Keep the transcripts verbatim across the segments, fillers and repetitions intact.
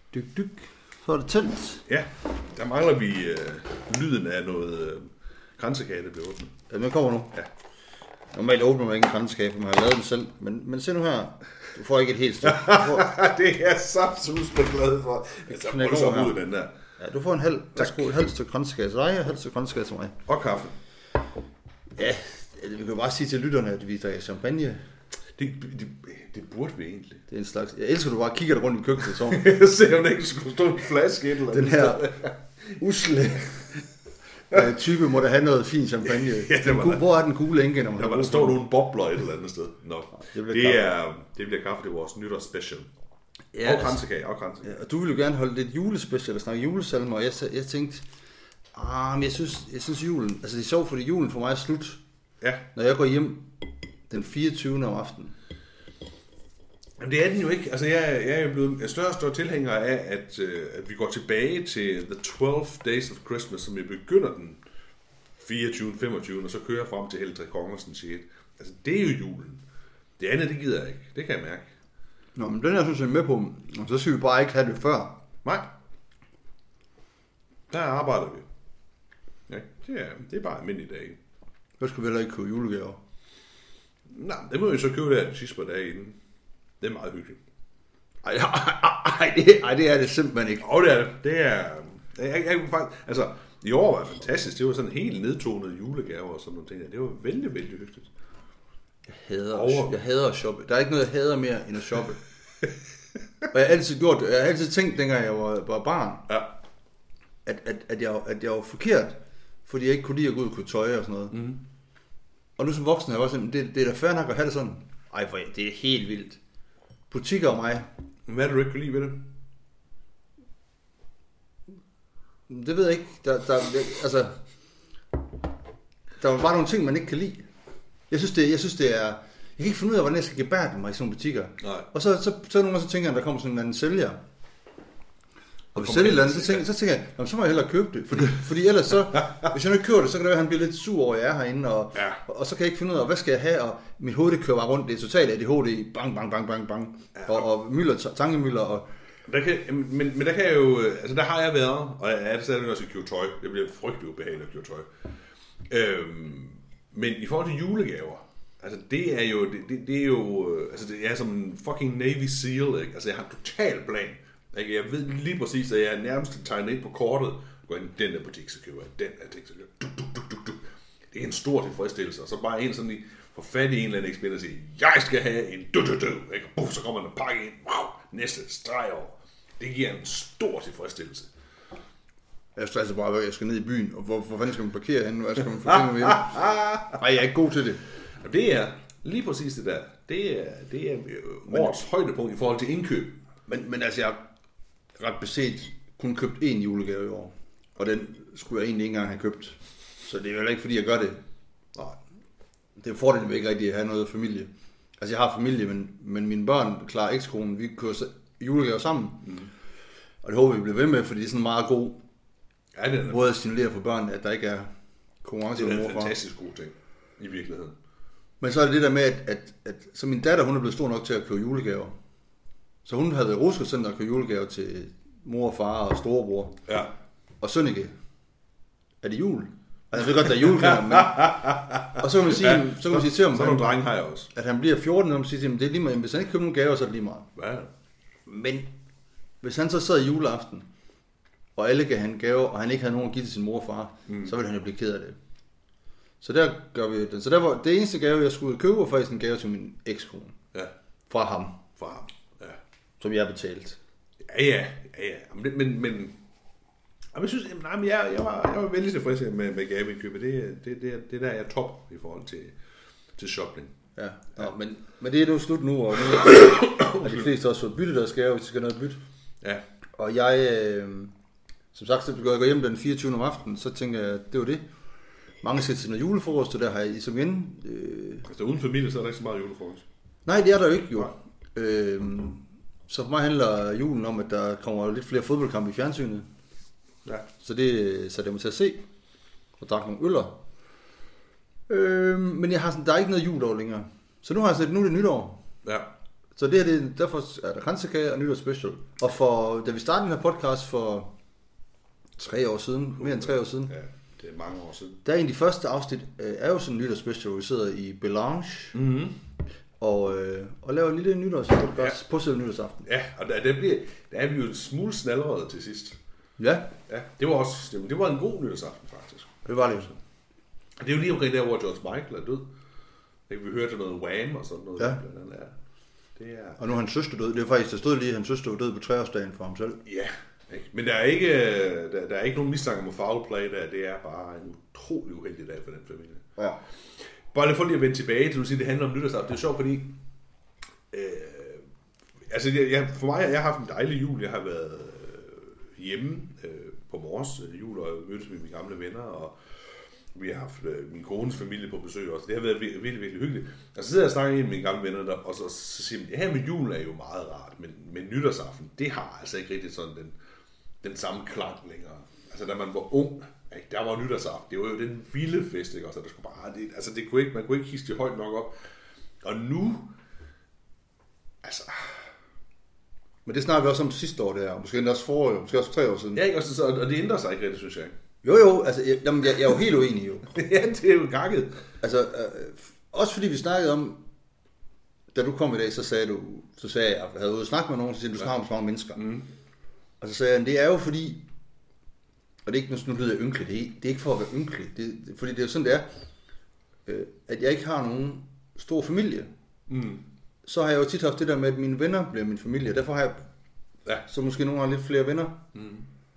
Dyk, dyk. Så er det tændt. Ja, der mangler vi øh, lyden af noget øh, kransekage, der bliver åbnet. Ja, den kommer nu. Ja. Normalt åbner man ikke en kransekage, for man har lavet den selv. Men, men se nu her. Du får ikke et helt stykke. Får... det er saftsus med glad for. Altså, prøv så ud den der. Ja, du får en halv, et halvt stykke kransekage til dig, og et halvt stykke kransekage til mig. Og kaffe. Ja, vi kan jo bare sige til lytterne, at vi drikker champagne. Det, det, det burde vi egentlig. Det er en slags... Jeg elsker, at du bare kigger dig rundt i køkkenet. Så. Jeg ser, om der ikke skulle stå en flaske et eller andet. Den her usle øh, type må der have noget fin champagne. Ja, Gu- hvor er den gule enke, når man der har der står nogle bobler et eller andet sted. Nå, det, bliver det, er, det bliver kaffe, det er vores nytårsspecial. Ja, og kransekage, og kransekage. Ja, og du ville jo gerne holde lidt julespecial og snakke julesalmer, og jeg, jeg tænkte, ah, men jeg synes, jeg synes julen, altså det er sjovt, fordi julen for mig er slut, ja. Når jeg går hjem den fireogtyvende om aftenen. Jamen det er den jo ikke. Altså jeg, jeg er jo blevet større og større tilhænger af, at, uh, at vi går tilbage til The twelve Days of Christmas, som vi begynder den fireogtyvende femogtyvende og så kører frem til Heltre Kongersen shit. Altså det er jo julen. Det andet, det gider jeg ikke. Det kan jeg mærke. Nå, men den her synes jeg er med på, og så skal vi bare ikke have det før. Nej. Der arbejder vi. Ja, det er, det er bare almindelige dage. Så skal vi heller ikke købe julegaver. Nej, det må vi så købe der de sidste par dage inden. Det er meget hyggeligt. Ej, ej, ej, det, ej, det er det simpelthen ikke. Og det er det. Det er... Jeg, jeg, jeg, altså, i år var det fantastisk. Det var sådan helt nedtonet julegaver og sådan nogle ting. Det var vældig, vældig hyggeligt. Jeg hader, Over. jeg hader at shoppe. Der er ikke noget, jeg hader mere end at shoppe. Og jeg har altid gjort jeg har altid tænkt, dengang jeg var, var barn, ja. at, at, at, jeg, at jeg var forkert, fordi jeg ikke kunne lide at gå ud og købe tøj og sådan noget. Mm. Og nu som voksen har jeg også sådan, det, det er da fair nok at have det sådan. Ej, for det er helt vildt. Butikker og mig. Hvad er det, du ikke kan lide ved det? Det ved jeg ikke. Der, der, altså, der er bare nogle ting, man ikke kan lide. Jeg synes, det, jeg synes, det er... Jeg kan ikke finde ud af, hvordan jeg skal gebærde mig i sådan nogle butikker. Nej. Og så, så, så nogle gange så tænker jeg, at der kommer sådan en anden sælger. Og hvis sælger et eller andet, så tænker, så tænker jeg, så må jeg hellere købe det. Fordi, fordi ellers så, hvis jeg nu ikke køber det, så kan det være, at han bliver lidt sur over, at jeg er herinde. Og, ja. og, og så kan jeg ikke finde ud af, hvad skal jeg have? Og mit hoved, det kører bare rundt. Det er totalt A D H D. Bang, bang, bang, bang, bang. Ja. Og, og mylder, tankemylder. Og... Der kan, men, men der kan jeg jo... Altså, der har jeg været, og jeg er det stadig også i købe tøj. Det bliver frygtelig ubehageligt at købe tøj. Øhm, men i forhold til julegaver, altså det er jo... Det, det, det er jo... Altså, det er som en fucking Navy Seal, ikke? Altså, jeg har en total plan. Ikke? Jeg ved lige præcis, at jeg er nærmest tegnet ind på kortet. Går ind i den der butik, så køber jeg den der ting, så køber jeg. Du, du, du, du, du. Det er en stor tilfredsstillelse. Og så bare en sådan, få fat i en eller anden ekspert og sige, jeg skal have en du, du, du. Ikke? Og så kommer der en pakke ind. Wow, næste streg over. Det giver en stor tilfredsstillelse. Jeg står altså bare, at jeg skal ned i byen, og hvor, hvor fanden skal man parkere henne? Hvad skal man få tingene med hjem? Nej, jeg er ikke god til det. Det er lige præcis det der. Det er, det er årets højdepunkt i forhold til indkøb. Men, men altså, jeg har ret beset kun købt én julegave i år. Og den skulle jeg egentlig ikke engang have købt. Så det er jo ikke, fordi jeg gør det. Nej. Det er fordelen ved ikke rigtig at have noget familie. Altså, jeg har familie, men, men mine børn, Clara ekskonen, vi kører julegaver sammen. Mm. Og det håber vi bliver ved med, fordi det er sådan meget god ja, det er måde at signalere for børn, at der ikke er konkurrence med mor og far. Det er en fantastisk god ting, i virkeligheden. Men så er det det der med, at, at, at så min datter, hun er blevet stor nok til at købe julegaver. Så hun havde været i Rosgaard-center og købe julegaver til mor og far og storebror. Ja. Og Sønneke. Er det jul? Altså, jeg ved godt, der er julegaver, men... Og så kan man sige, ja, så kan man sige til ham, så nogle drenge har jeg også. At han bliver fjorten, og man siger til ham, det er lige meget, hvis han ikke køber nogle gaver, så er det lige meget. Ja. Men hvis han så sad i juleaften, og alle gav han gaver, og han ikke havde nogen at give til sin mor og far, mm. så ville han jo blive ked af det. Så der gør vi den. Så der var det eneste gave, jeg skulle købe, var faktisk en gave til min ekskone. Ja. Fra ham. Fra ham, ja. Som jeg betalt. Ja, ja, ja, ja. Men, men, men jeg synes, nej, men jeg, jeg, var, jeg var vældig tilfreds med, med gaveindkøbet. Det, det, det, det der er top i forhold til, til shopping. Ja, ja. Nå, men, men det er nu slut nu, og nu har de fleste også fået byttet deres gave, hvis de skal have noget bytte. Ja. Og jeg, øh, som sagt, så går jeg hjem den fireogtyvende om aftenen, så tænker jeg, det var det. Mange skal til noget julefrokost, og der har jeg som igen... Øh... Altså uden familie, så er der ikke så meget julefrokost. Nej, det er der jo ikke, jo. Øh, så for mig handler julen om, at der kommer lidt flere fodboldkampe i fjernsynet. Ja. Så det satte jeg mig til at se, og drak nogle øller. Øh, men jeg har sådan, der er ikke noget jul over længere. Så nu har jeg sådan, nu er det nytår. Ja. Så det her, det, derfor er der kransekage og nytårsspecial. Og for, da vi startede den her podcast for tre år siden, mere end tre år siden. Ja, det er mange år siden. Der er en af de første afsnit, øh, er jo sådan en nytårsspecial, hvor vi sidder i Belange. Mm-hmm. Og, øh, og laver en lille nytårspodcast ja. på selve nytårsaften. Ja, og der, der, bliver, der er vi jo en smule snallerede til sidst. Ja. Ja, det var også det, det var en god nytårsaften faktisk. Det var det jo så. Det er jo lige omkring der, hvor George Michael er død. Vi hørte noget Wham og sådan noget. Ja. Der, det er... Og nu er hans søster død. Det er faktisk, der stod lige, at hans søster var død på treårsdagen for ham selv. Ja, ikke? Men der er ikke, der, der er ikke nogen mistanke om foul play der. Det er bare en utrolig uheldig dag for den familie. Ja. Bare lige for lige at vende tilbage til, at det handler om nytårsaften. Det er sjovt, fordi øh, altså, jeg, for mig, jeg har haft en dejlig jul. Jeg har været øh, hjemme øh, på Mors øh, jul, og mødtes med mine gamle venner, og vi har haft øh, min kones familie på besøg også. Det har været virkelig, virkelig, virkelig hyggeligt. Og så sidder jeg og snakker med mine gamle venner, der, og så, så siger de, det her med julen er jo meget rart, men, men nytårsaften, det har altså ikke rigtig sådan den, den samme klang længere. Altså, da man var ung, ikke, der var nytårsaften, det var jo den vilde fest, ikke? Også, der skulle bare, det, altså, det kunne ikke, man kunne ikke hisse det højt nok op. Og nu, altså... Men det snakker vi også om sidste år, der, og måske endda også forrige år, måske også tre år siden. Ja, ikke? Og, så, og det ændrer sig ikke rigtig, synes jeg. Jo, jo, altså, jeg, jamen, jeg, jeg er jo helt uenig, jo. Ja, det er jo gakket. Altså, øh, også fordi vi snakkede om, da du kom i dag, så sagde du, så sagde jeg, jeg havde ude og snakke med nogen, så sagde du, du snakker om så mange mennesker. Mm. Og så sagde jeg, det er jo fordi, og det er ikke, nu lyder jeg ynkelig, det er, det er ikke for at være ynkelig, det, det, fordi det er jo sådan, det er, øh, at jeg ikke har nogen stor familie. Mm. Så har jeg jo tit haft det der med, at mine venner bliver min familie, derfor har jeg ja. så måske nogle gange lidt flere venner. Mm.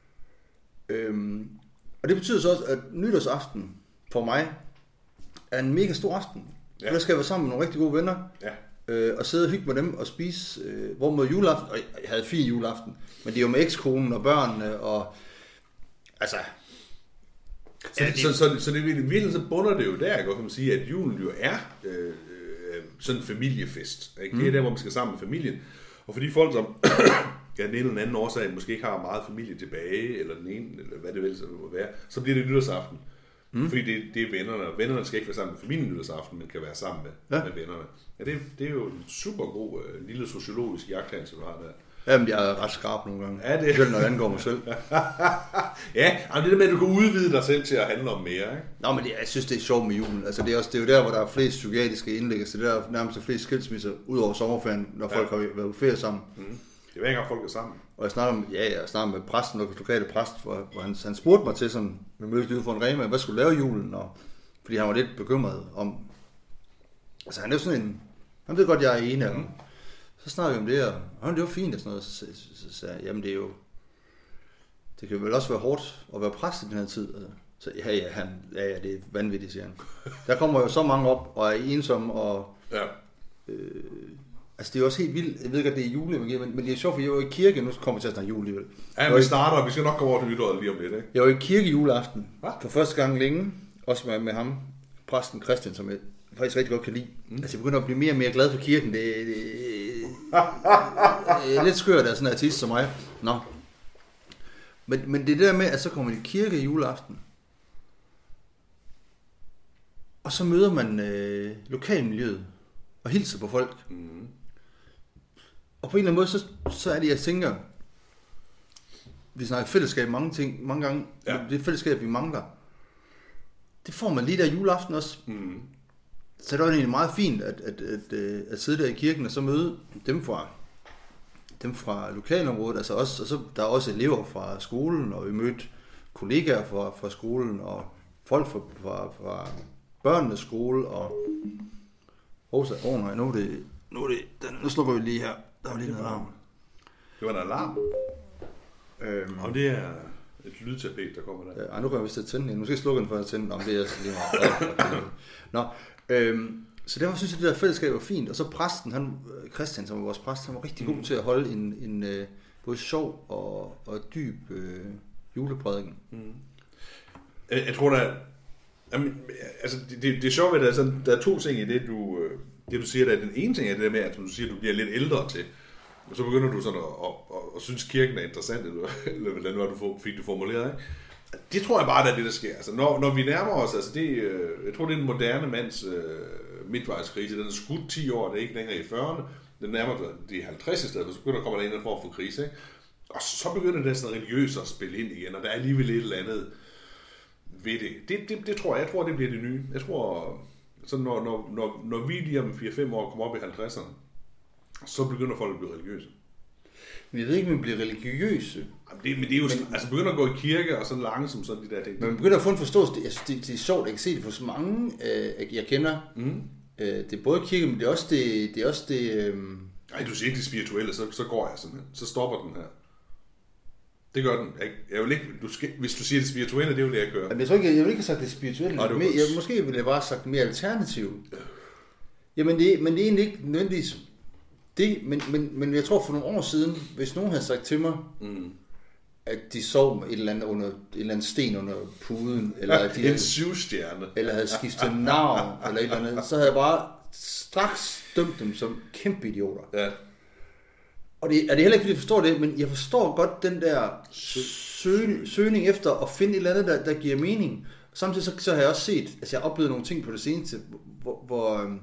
Øhm, og det betyder så også, at nytårsaften for mig er en mega stor aften. Ja. For der skal jeg være sammen med nogle rigtig gode venner, ja. øh, og sidde og hygge med dem og spise, øh, hvor mod juleaften, og jeg havde fin juleaften, men det er jo med ekskonen og børnene, og altså... Så, ja, det, så, så, så, så det virkelig, så bunder det jo der, jeg godt kan man sige, at julen jo er øh, sådan en familiefest. Ikke? Det er der, hvor man skal sammen med familien. Og for de folk, som ja, den ene eller den anden årsag måske ikke har meget familie tilbage, eller den ene, eller hvad det vel så må være, så bliver det nytårsaften. Mm. Fordi det, det er vennerne. Vennerne skal ikke være sammen med familien nytårsaften, men kan være sammen med, ja. med vennerne. Ja, det, det er jo en super god uh, lille sociologisk jagttagelse, du har der. Jamen, jeg er ret skarp nogle gange. Ja, det... Selv når jeg angår mig selv. Ja, det der med, at du kan udvide dig selv til at handle om mere, ikke? Nå, men det, jeg synes, det er sjovt med julen. Altså, det er, også, det er jo der, hvor der er flest psykiatriske indlæggelser. Det er der nærmest flest skilsmisser ud over sommerferien, når ja. folk har været på ferie sammen. Mm. Det er ikke engang folk er sammen. Og jeg snakker med, ja, jeg snakker med præsten, den lokale præst, hvor, hvor han, han spurgte mig til sådan, vi mødtes lige ude for en Rema, hvad skulle du lave julen? Og, fordi han var lidt bekymret om, altså han er jo sådan en, han ved godt, jeg er en af dem. Mm. Så snakker vi om det, og det var fint og sådan noget, så, så, så sagde jeg, jamen det er jo, det kan vel også være hårdt at være præst i den her tid. Altså. Så ja, ja, han, ja, ja, det er vanvittigt, siger han. Der kommer jo så mange op, og er ensomme, og ja. øh, altså det er også helt vildt, jeg ved ikke, at det er jule, men, men det er sjovt, for jeg var i kirke, nu kommer vi til at snakke jule alligevel. Ja, vi starter, vi skal nok gå over til nytåret lige om lidt, ikke? Jeg var i kirke juleaften, Hva? for første gang længe, også med, med ham, præsten Christian, som jeg faktisk rigtig godt kan lide. Mm. Altså jeg begynder at blive mere og mere glad for kirken, det, det, det er lidt skørt af sådan en artist som mig. Nå. Men, men det der med, at så kommer man i kirke i juleaften, og så møder man øh, lokalmiljøet, og hilser på folk. Mm. Og på en eller anden måde, så, så er det, jeg tænker, vi snakker fællesskab mange ting, mange gange, ja. det fællesskab, vi mangler, det får man lige der juleaften også. Mm. Så det var egentlig meget fint, at, at, at, at, at sidde der i kirken, og så møde dem fra, dem fra lokalområdet, altså også, og så der er også elever fra skolen, og vi mødte kollegaer fra, fra skolen, og folk fra, fra, fra børnenes skole, og åh oh, nej, nu er det, nu er det, den, nu slukker vi lige her, der var lige en alarm. Det var en alarm? Øhm, og det er et lydtapet, der kommer der. Ja, nu kan jeg vist til at tænde den. Nu skal jeg slukke den, for at tænde den. Nå, det er lige meget. Nå, øhm, så derfor synes jeg, at det der fællesskab var fint. Og så præsten, han, Christian, som var vores præst, han var rigtig mm. god til at holde en, en uh, både sjov og, og dyb uh, juleprædiken. Mm. Jeg, jeg tror, der jamen, altså, det, det, det er sjovt, at der er, sådan, der er to ting i det, du, det, du siger. Der. Den ene ting er det der med, at du siger, at du bliver lidt ældre til. Og så begynder du sådan at, at, at, at synes, kirken er interessant, eller, eller hvordan var du fik det formuleret, ikke? Det tror jeg bare, det er det, der sker. Altså, når, når vi nærmer os, altså det, jeg tror, det er en moderne mands uh, midtvejskrise. Den er skudt ti år, det er ikke længere i fyrrerne. den nærmer de halvtreds i stedet, og så begynder der komme der en eller anden form for krise, ikke? Og så begynder det sådan religiøst at spille ind igen, og der er alligevel et eller andet ved det. Det, det, det tror jeg, jeg tror, det bliver det nye. Jeg tror, så når, når, når, når vi lige om fire fem år kommer op i halvtredserne, så begynder folk at blive religiøse. Men jeg ved ikke, om man bliver religiøse. Jamen det, men det er jo sådan, altså begynder at gå i kirke, og så langsomt sådan de der ting. Men man begynder at få en forståelse. Det, det, det er sjovt, jeg kan se det for så mange, øh, jeg kender. Mm. Øh, det er både kirke, men det er også det... det, er også det øh... Nej, du siger ikke det spirituelle, så, så går jeg simpelthen. Så stopper den her. Det gør den. Jeg, jeg vil ikke, du skal, hvis du siger det spirituelle, det er jo det, jeg gør. Men jeg tror ikke, jeg, jeg vil ikke have sagt det spirituelle. Nej, det mere, jeg, måske ville jeg bare have sagt mere alternativ. Øh. Jamen, det, men det er egentlig ikke nødvendigvis det. Men, men, men jeg tror for nogle år siden, hvis nogen havde sagt til mig, mm. at de sov med et eller andet, under, et eller andet sten under puden, eller at de en havde, syvstjerne, eller havde skiftet navn, eller et eller andet, så havde jeg bare straks dømt dem som kæmpe idioter. Ja. Og det er det heller ikke, fordi jeg forstår det, men jeg forstår godt den der søgning, søgning efter at finde et eller andet, der, der giver mening. Samtidig så, så har jeg også set, altså jeg har oplevet nogle ting på det seneste, hvor, hvor,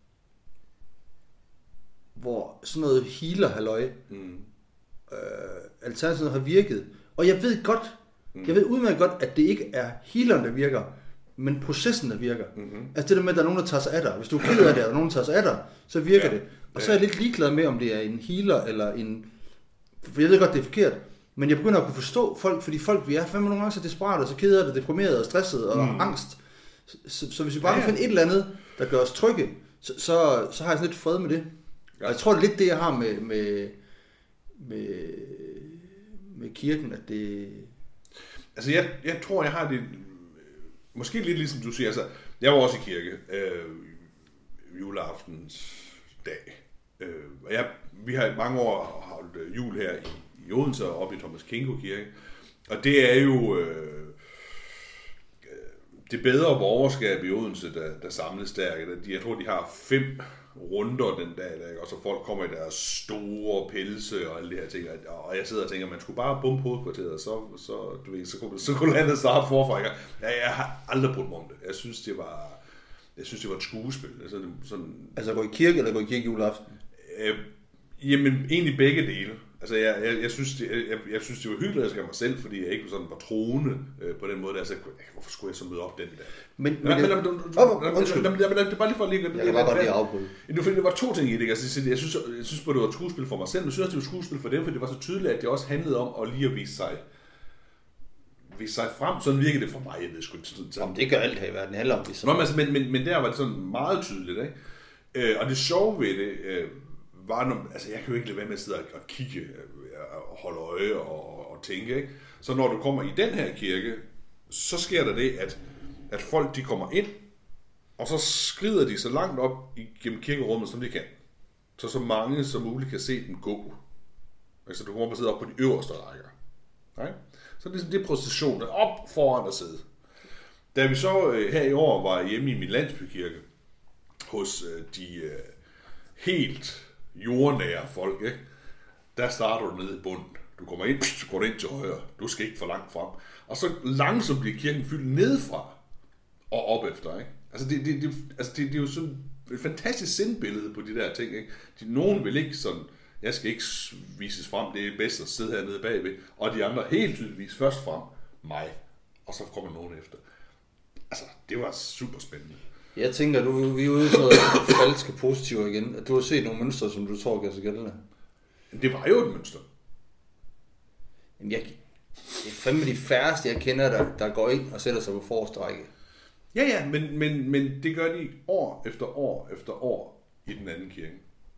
hvor sådan noget healer-halløj, mm. øh, alternativet har virket. Og jeg ved godt, mm. jeg ved udmærket godt, at det ikke er healeren, der virker, men processen, der virker. Mm-hmm. Altså det der med, at der er nogen, der tager sig af dig. Hvis du er ked af det, og der er nogen, der tager sig af dig, så virker ja. det. Og så er jeg lidt ligeglad med, om det er en healer eller en... For jeg ved godt, det er forkert. Men jeg begynder at kunne forstå folk, fordi folk, vi er fandme nogle gange så desperate, så kede og deprimeret og stresset og mm. angst. Så, så, så hvis vi bare ja, ja. kan finde et eller andet, der gør os trygge, så, så, så har jeg sådan lidt fred med det. Ja. Og jeg tror, det er lidt det, jeg har med, med, med, med kirken, at det... Altså, jeg, jeg tror, jeg har det... Måske lidt ligesom du siger, altså... Jeg var også i kirke øh, juleaftens dag. Øh, og jeg, vi har i mange år holdt jul her i, i Odense og oppe i Thomas Kingo Kirke. Og det er jo øh, det bedre borgerskab i Odense, der, der samles der. Jeg tror, de har fem runder den dag, der, og så folk kommer i deres store pelse og alle de her ting. Og jeg sidder og tænker, man skulle bare bombe hovedkvarteret, så, så, du ved, så, kunne, så kunne landet starte forfra. Jeg, jeg har aldrig brugt mig om det. Jeg synes, det var... Jeg synes, det var et skuespil. Altså, sådan... altså gå i kirke, eller gå i kirke juleaften? Øh, jamen, egentlig begge dele. Altså, jeg, jeg, jeg, synes, det, jeg, jeg synes, det var hyggeligt af mig selv, fordi jeg ikke sådan var troende øh, på den måde. Altså, hvorfor skulle jeg så møde op den dag? Men, men, men, men, undskyld. Det er bare lige for at lige... Jeg kan bare godt lige afbryde. Det var to ting i det. Altså, jeg synes, jeg synes både, det var et skuespil for mig selv, men jeg synes også, det var et skuespil for dem, for det var så tydeligt, at det også handlede om at lige at vise sig... vise sig frem. Sådan virkede det for mig, jeg ved sgu ikke. Jamen, det gør alt her i verden, handler om det. Nå, men, altså, men, men, men der var det sådan meget tydeligt, ikke? Øh, og det sjove ved det, øh, var, når, altså jeg kan jo ikke lade være med at sidde og, og kigge, og holde øje og, og tænke, ikke? Så når du kommer i den her kirke, så sker der det, at, at folk de kommer ind, og så skrider de så langt op igennem kirkerummet, som de kan. Så så mange som muligt kan se dem gå. Altså du kommer og sidder op på de øverste rækker. Okay? Så det er det procession, der op foran at sidde. Da vi så øh, her i år var hjemme i min landsbykirke, hos øh, de øh, helt jordnære folk, ikke? Der starter du nede i bunden. Du kommer ind, så går du ind til højre. Du skal ikke for langt frem. Og så langsomt bliver kirken fyldt nedefra og op efter, ikke? Altså det, det, det, altså det, det er jo sådan et fantastisk sindbillede på de der ting, ikke? De, nogen vil ikke sådan, jeg skal ikke vises frem, det er bedst at sidde hernede bagved, og de andre helt tydeligvis først frem, mig, og så kommer nogen efter. Altså, det var super spændende. Jeg tænker, du vi er ude i sådan noget falske positive igen, at du har set nogle mønstre, som du tror gør sig gældende. Det var jo et mønster. Jamen, jeg, det er fandme de færreste, jeg kender, der, der går ind og sætter sig på forreste række. Ja, ja, men, men, men det gør de år efter år efter år i den anden kirke.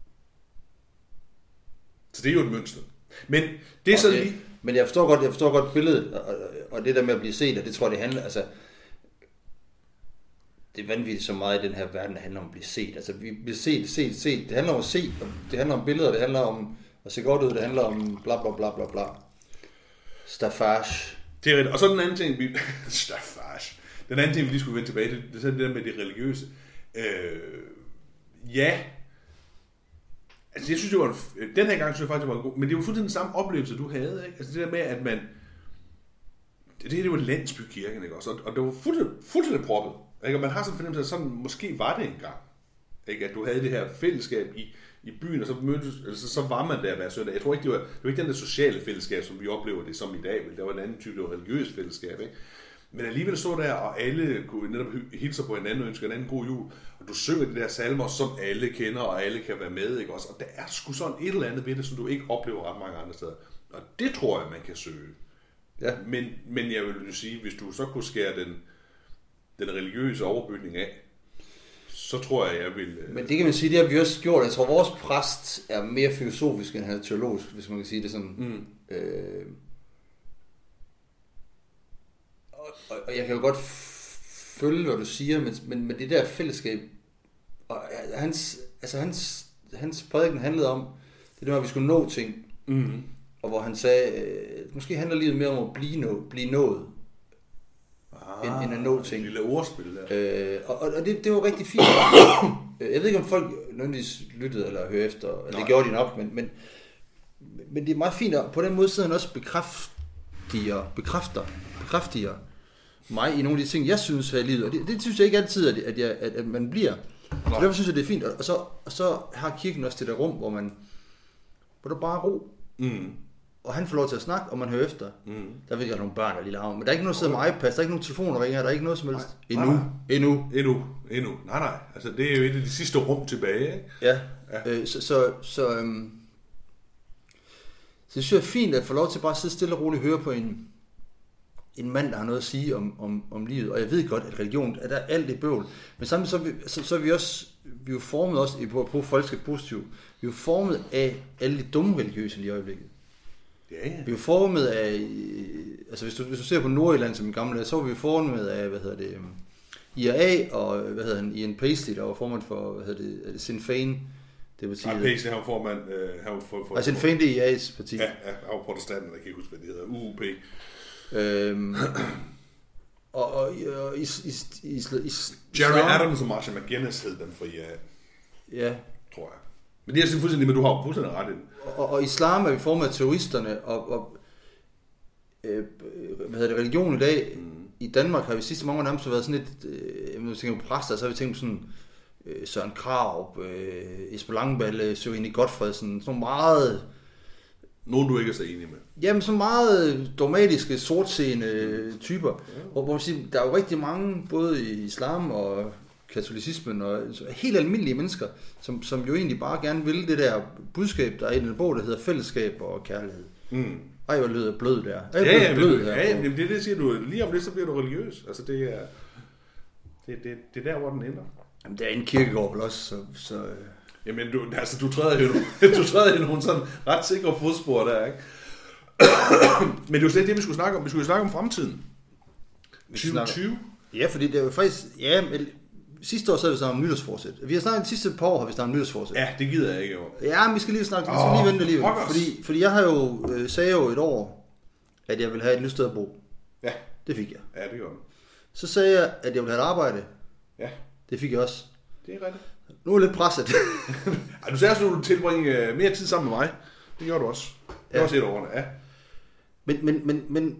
Så det er jo et mønster. Men det er så det, lige... Men jeg forstår godt, jeg forstår godt billedet, og, og det der med at blive set, og det tror jeg, det handler... Altså, det er vanvittigt så meget i den her verden, der handler om at blive set. Altså, vi bliver set, set, set. Det handler om at se, det handler om billeder, det handler om at se godt ud, det handler om bla bla bla bla bla. Staffage. Det er rigtigt. Og så den anden ting, vi... Staffage. Den anden ting, vi lige skulle vende tilbage til, det er det der med det religiøse. Øh... Ja... Altså, jeg synes, det var en, den her gang synes jeg faktisk, det var en god, men det var fuldstændig den samme oplevelse, du havde, ikke? Altså, det der med, at man, det, det var landsbykirken, ikke også? Og, og det var fuldstændig, fuldstændig proppet, ikke? Og man har sådan en fornemmelse, at sådan, måske var det engang, ikke? At du havde det her fællesskab i, i byen, og så, mødtes, altså, så var man der hver søndag. Jeg tror ikke, det var, det var ikke den der sociale fællesskab, som vi oplever det som i dag, men det var en anden type, det var religiøst fællesskab, ikke? Men alligevel så der, og alle kunne netop hilse på hinanden og ønske en anden god jul, og du synger de der salmer, som alle kender, og alle kan være med, ikke også? Og der er sgu sådan et eller andet ved det, som du ikke oplever ret mange andre steder. Og det tror jeg, man kan søge. Ja. Men, men jeg vil jo sige, hvis du så kunne skære den, den religiøse overbygning af, så tror jeg, jeg vil... Men det kan man sige, det har vi også gjort. Jeg tror, vores præst er mere filosofisk, end han er teologisk, hvis man kan sige det sådan. Mm. Øh, og, og jeg kan jo godt følge, hvad du siger, men, men, men det der fællesskab, og hans, altså hans, hans prædiken handlede om, det der, at vi skulle nå ting, mm. og hvor han sagde, øh, måske handler livet mere om at blive, nå, blive nået, ah, end, end at nå ting. Et lille ordspil der. Øh, og og det, det var rigtig fint. Jeg ved ikke, om folk nødvendigvis lyttede eller hørte efter, eller det gjorde de nok, men, men, men det er meget fint, og på den måde sidder han også bekræftiger, bekræfter, bekræftiger mig i nogle af de ting, jeg synes her i livet, og det, det synes jeg ikke altid, at, at, jeg, at, at man bliver. Så derfor synes jeg, det er fint, og så, og så har kirken også det der rum, hvor man, hvor der bare er ro. Mm. Og han får lov til at snakke, og man hører efter. Mm. Der ved jeg, nogle børn, der lige laver. Men der er ikke noget, der sidder med iPads, der er ikke nogen telefoner ringer, der er ikke noget som helst. Nej. Endnu. Nej. Endnu. Endnu. Endnu. Nej, nej. Altså, det er jo et af de sidste rum tilbage, ikke? Ja. ja. Øh, så, så, så, øhm, så det synes jeg er fint, at få lov til bare at sidde stille og roligt og høre på en, en mand, der har noget at sige om, om, om livet. Og jeg ved godt, at religion, at der er alt det bøvl. Men samtidig så er vi, så, så er vi også, vi er jo formet også, på at bruge folk skal positivt, vi er jo formet af alle de dumme religiøse lige i øjeblikket. Ja, ja. Vi er jo formet af, altså hvis du, hvis du ser på Nordjylland som en gammel, så var vi jo formet af, hvad hedder det, I R A og, hvad hedder han, Ian Paisley, der var formand for, hvad hedder det, det Sinn Féin, det partiet. Nej, Paisley, han var formand, øh, han var for... for altså Sinn Féin, det er I R A's parti. Ja, ja, han var protestanten, der kan ikke huske, hvad det hedder, U U P. Øhm, og, og, og is, is, is, is, Jerry Adams og Marshall McGuinness hed den for I R A. Ja. Tror jeg. Men det er selvfølgelig fuldstændig, men du har jo fuldstændig ret i det. Og, og islam er vi formet af terroristerne, og, og øh, hvad hedder det, religion i dag, mm. i Danmark har vi sidste mange år nærmest været sådan lidt, øh, når vi tænker på præster, så har vi tænkt på sådan øh, Søren Krarup, øh, Esben Langballe, Sørine Godfredsen, sådan meget... Nogen du ikke er så enig med. Jamen sådan meget dogmatiske, sortseende typer, ja. hvor, hvor man siger, der er jo rigtig mange, både i islam og katolicismen, og helt almindelige mennesker, som, som jo egentlig bare gerne vil det der budskab, der er i den bog, der hedder fællesskab og kærlighed. Mm. Ej, hvor lyder blød der. Ej, ja, ja, blød det, her, ja, jamen, det er det, siger du. Lige om lidt, så bliver du religiøs. Altså, det er, det, det, det er der, hvor den ender. Jamen, det er en kirkegård vel også, så... så jamen, du, altså, du træder jo du træder i nogle sådan ret sikre fodspor der, ikke? Men det er jo slet det, vi skulle snakke om. Vi skulle snakke om fremtiden. tyve tyve? Ja, fordi det er jo faktisk... Ja, men sidste år så havde vi snakket om nytårsforsæt. Vi har snakket de sidste par år, har vi snakket om nytårsforsæt. Ja, det gider jeg ikke over. Ja, men vi skal lige snakke, vi skal lige vente alligevel. Fordi, fordi jeg har jo, øh, sagde jo et år, at jeg ville have et nyt sted at bo. Ja. Det fik jeg. Ja, det gjorde jeg. Så sagde jeg, at jeg ville have et arbejde. Ja. Det fik jeg også. Det er rigtigt. Nu er jeg lidt presset. Ej, du sagde også, at du ville tilbringe mere tid sammen med mig. Det gjorde du også. Det var ja. også et årene, ja. Men, men, men, men,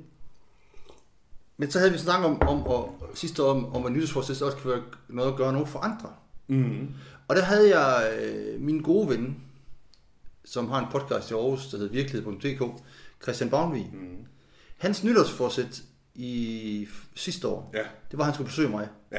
men så havde vi snakket om, om og, sidste år om, om at nytårsforsæt også kan være noget at gøre noget for andre. Mm-hmm. Og der havde jeg øh, min gode ven, som har en podcast i Aarhus, der hedder virkelighed punktum d k, Christian Bavnvig. Mm-hmm. Hans nytårsforsæt i sidste år, ja. Det var, at han skulle besøge mig. Ja.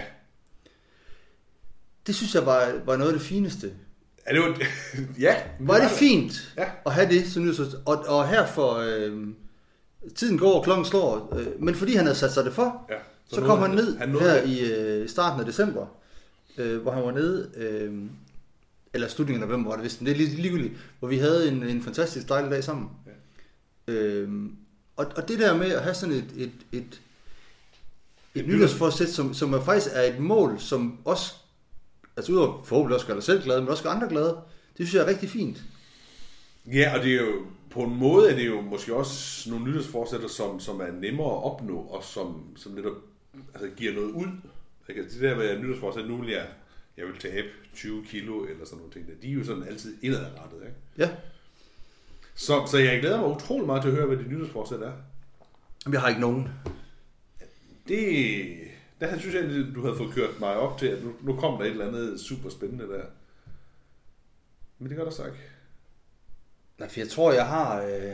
Det synes jeg var, var noget af det fineste. Ja, det var, ja, var det, det fint ja. At have det som nytårsforsæt. Og, og her for... Øh, tiden går, og klokken slår, øh, men fordi han havde sat sig det for, ja, så, så kom han ned han her det. i øh, starten af december, øh, hvor han var nede, øh, eller slutningen af november var det vist, men det er lige ligegyldigt, hvor vi havde en, en fantastisk dejlig dag sammen. Ja. Øh, og, og det der med at have sådan et, et, et, et, et nytårsforsæt, som, som er faktisk er et mål, som også, altså udover forhåbentlig også gør dig selv glad, men også gør andre glade, det synes jeg er rigtig fint. Ja, og det er jo på en måde er det jo måske også nogle nytårsforsætter, som, som er nemmere at opnå, og som, som netop altså, giver noget ud. Det der med nytårsforsæt, nu vil jeg, jeg vil tabe tyve kilo eller sådan nogle ting, der, de er jo sådan altid indadrettet, ikke? Ja. Så, så jeg glæder mig utrolig meget til at høre, hvad det nytårsforsæt er. Jeg har ikke nogen. Det, der synes jeg, du havde fået kørt mig op til, at nu, nu kom der et eller andet super spændende der. Men det gør der så ikke. Nej, for jeg tror, jeg har... Øh...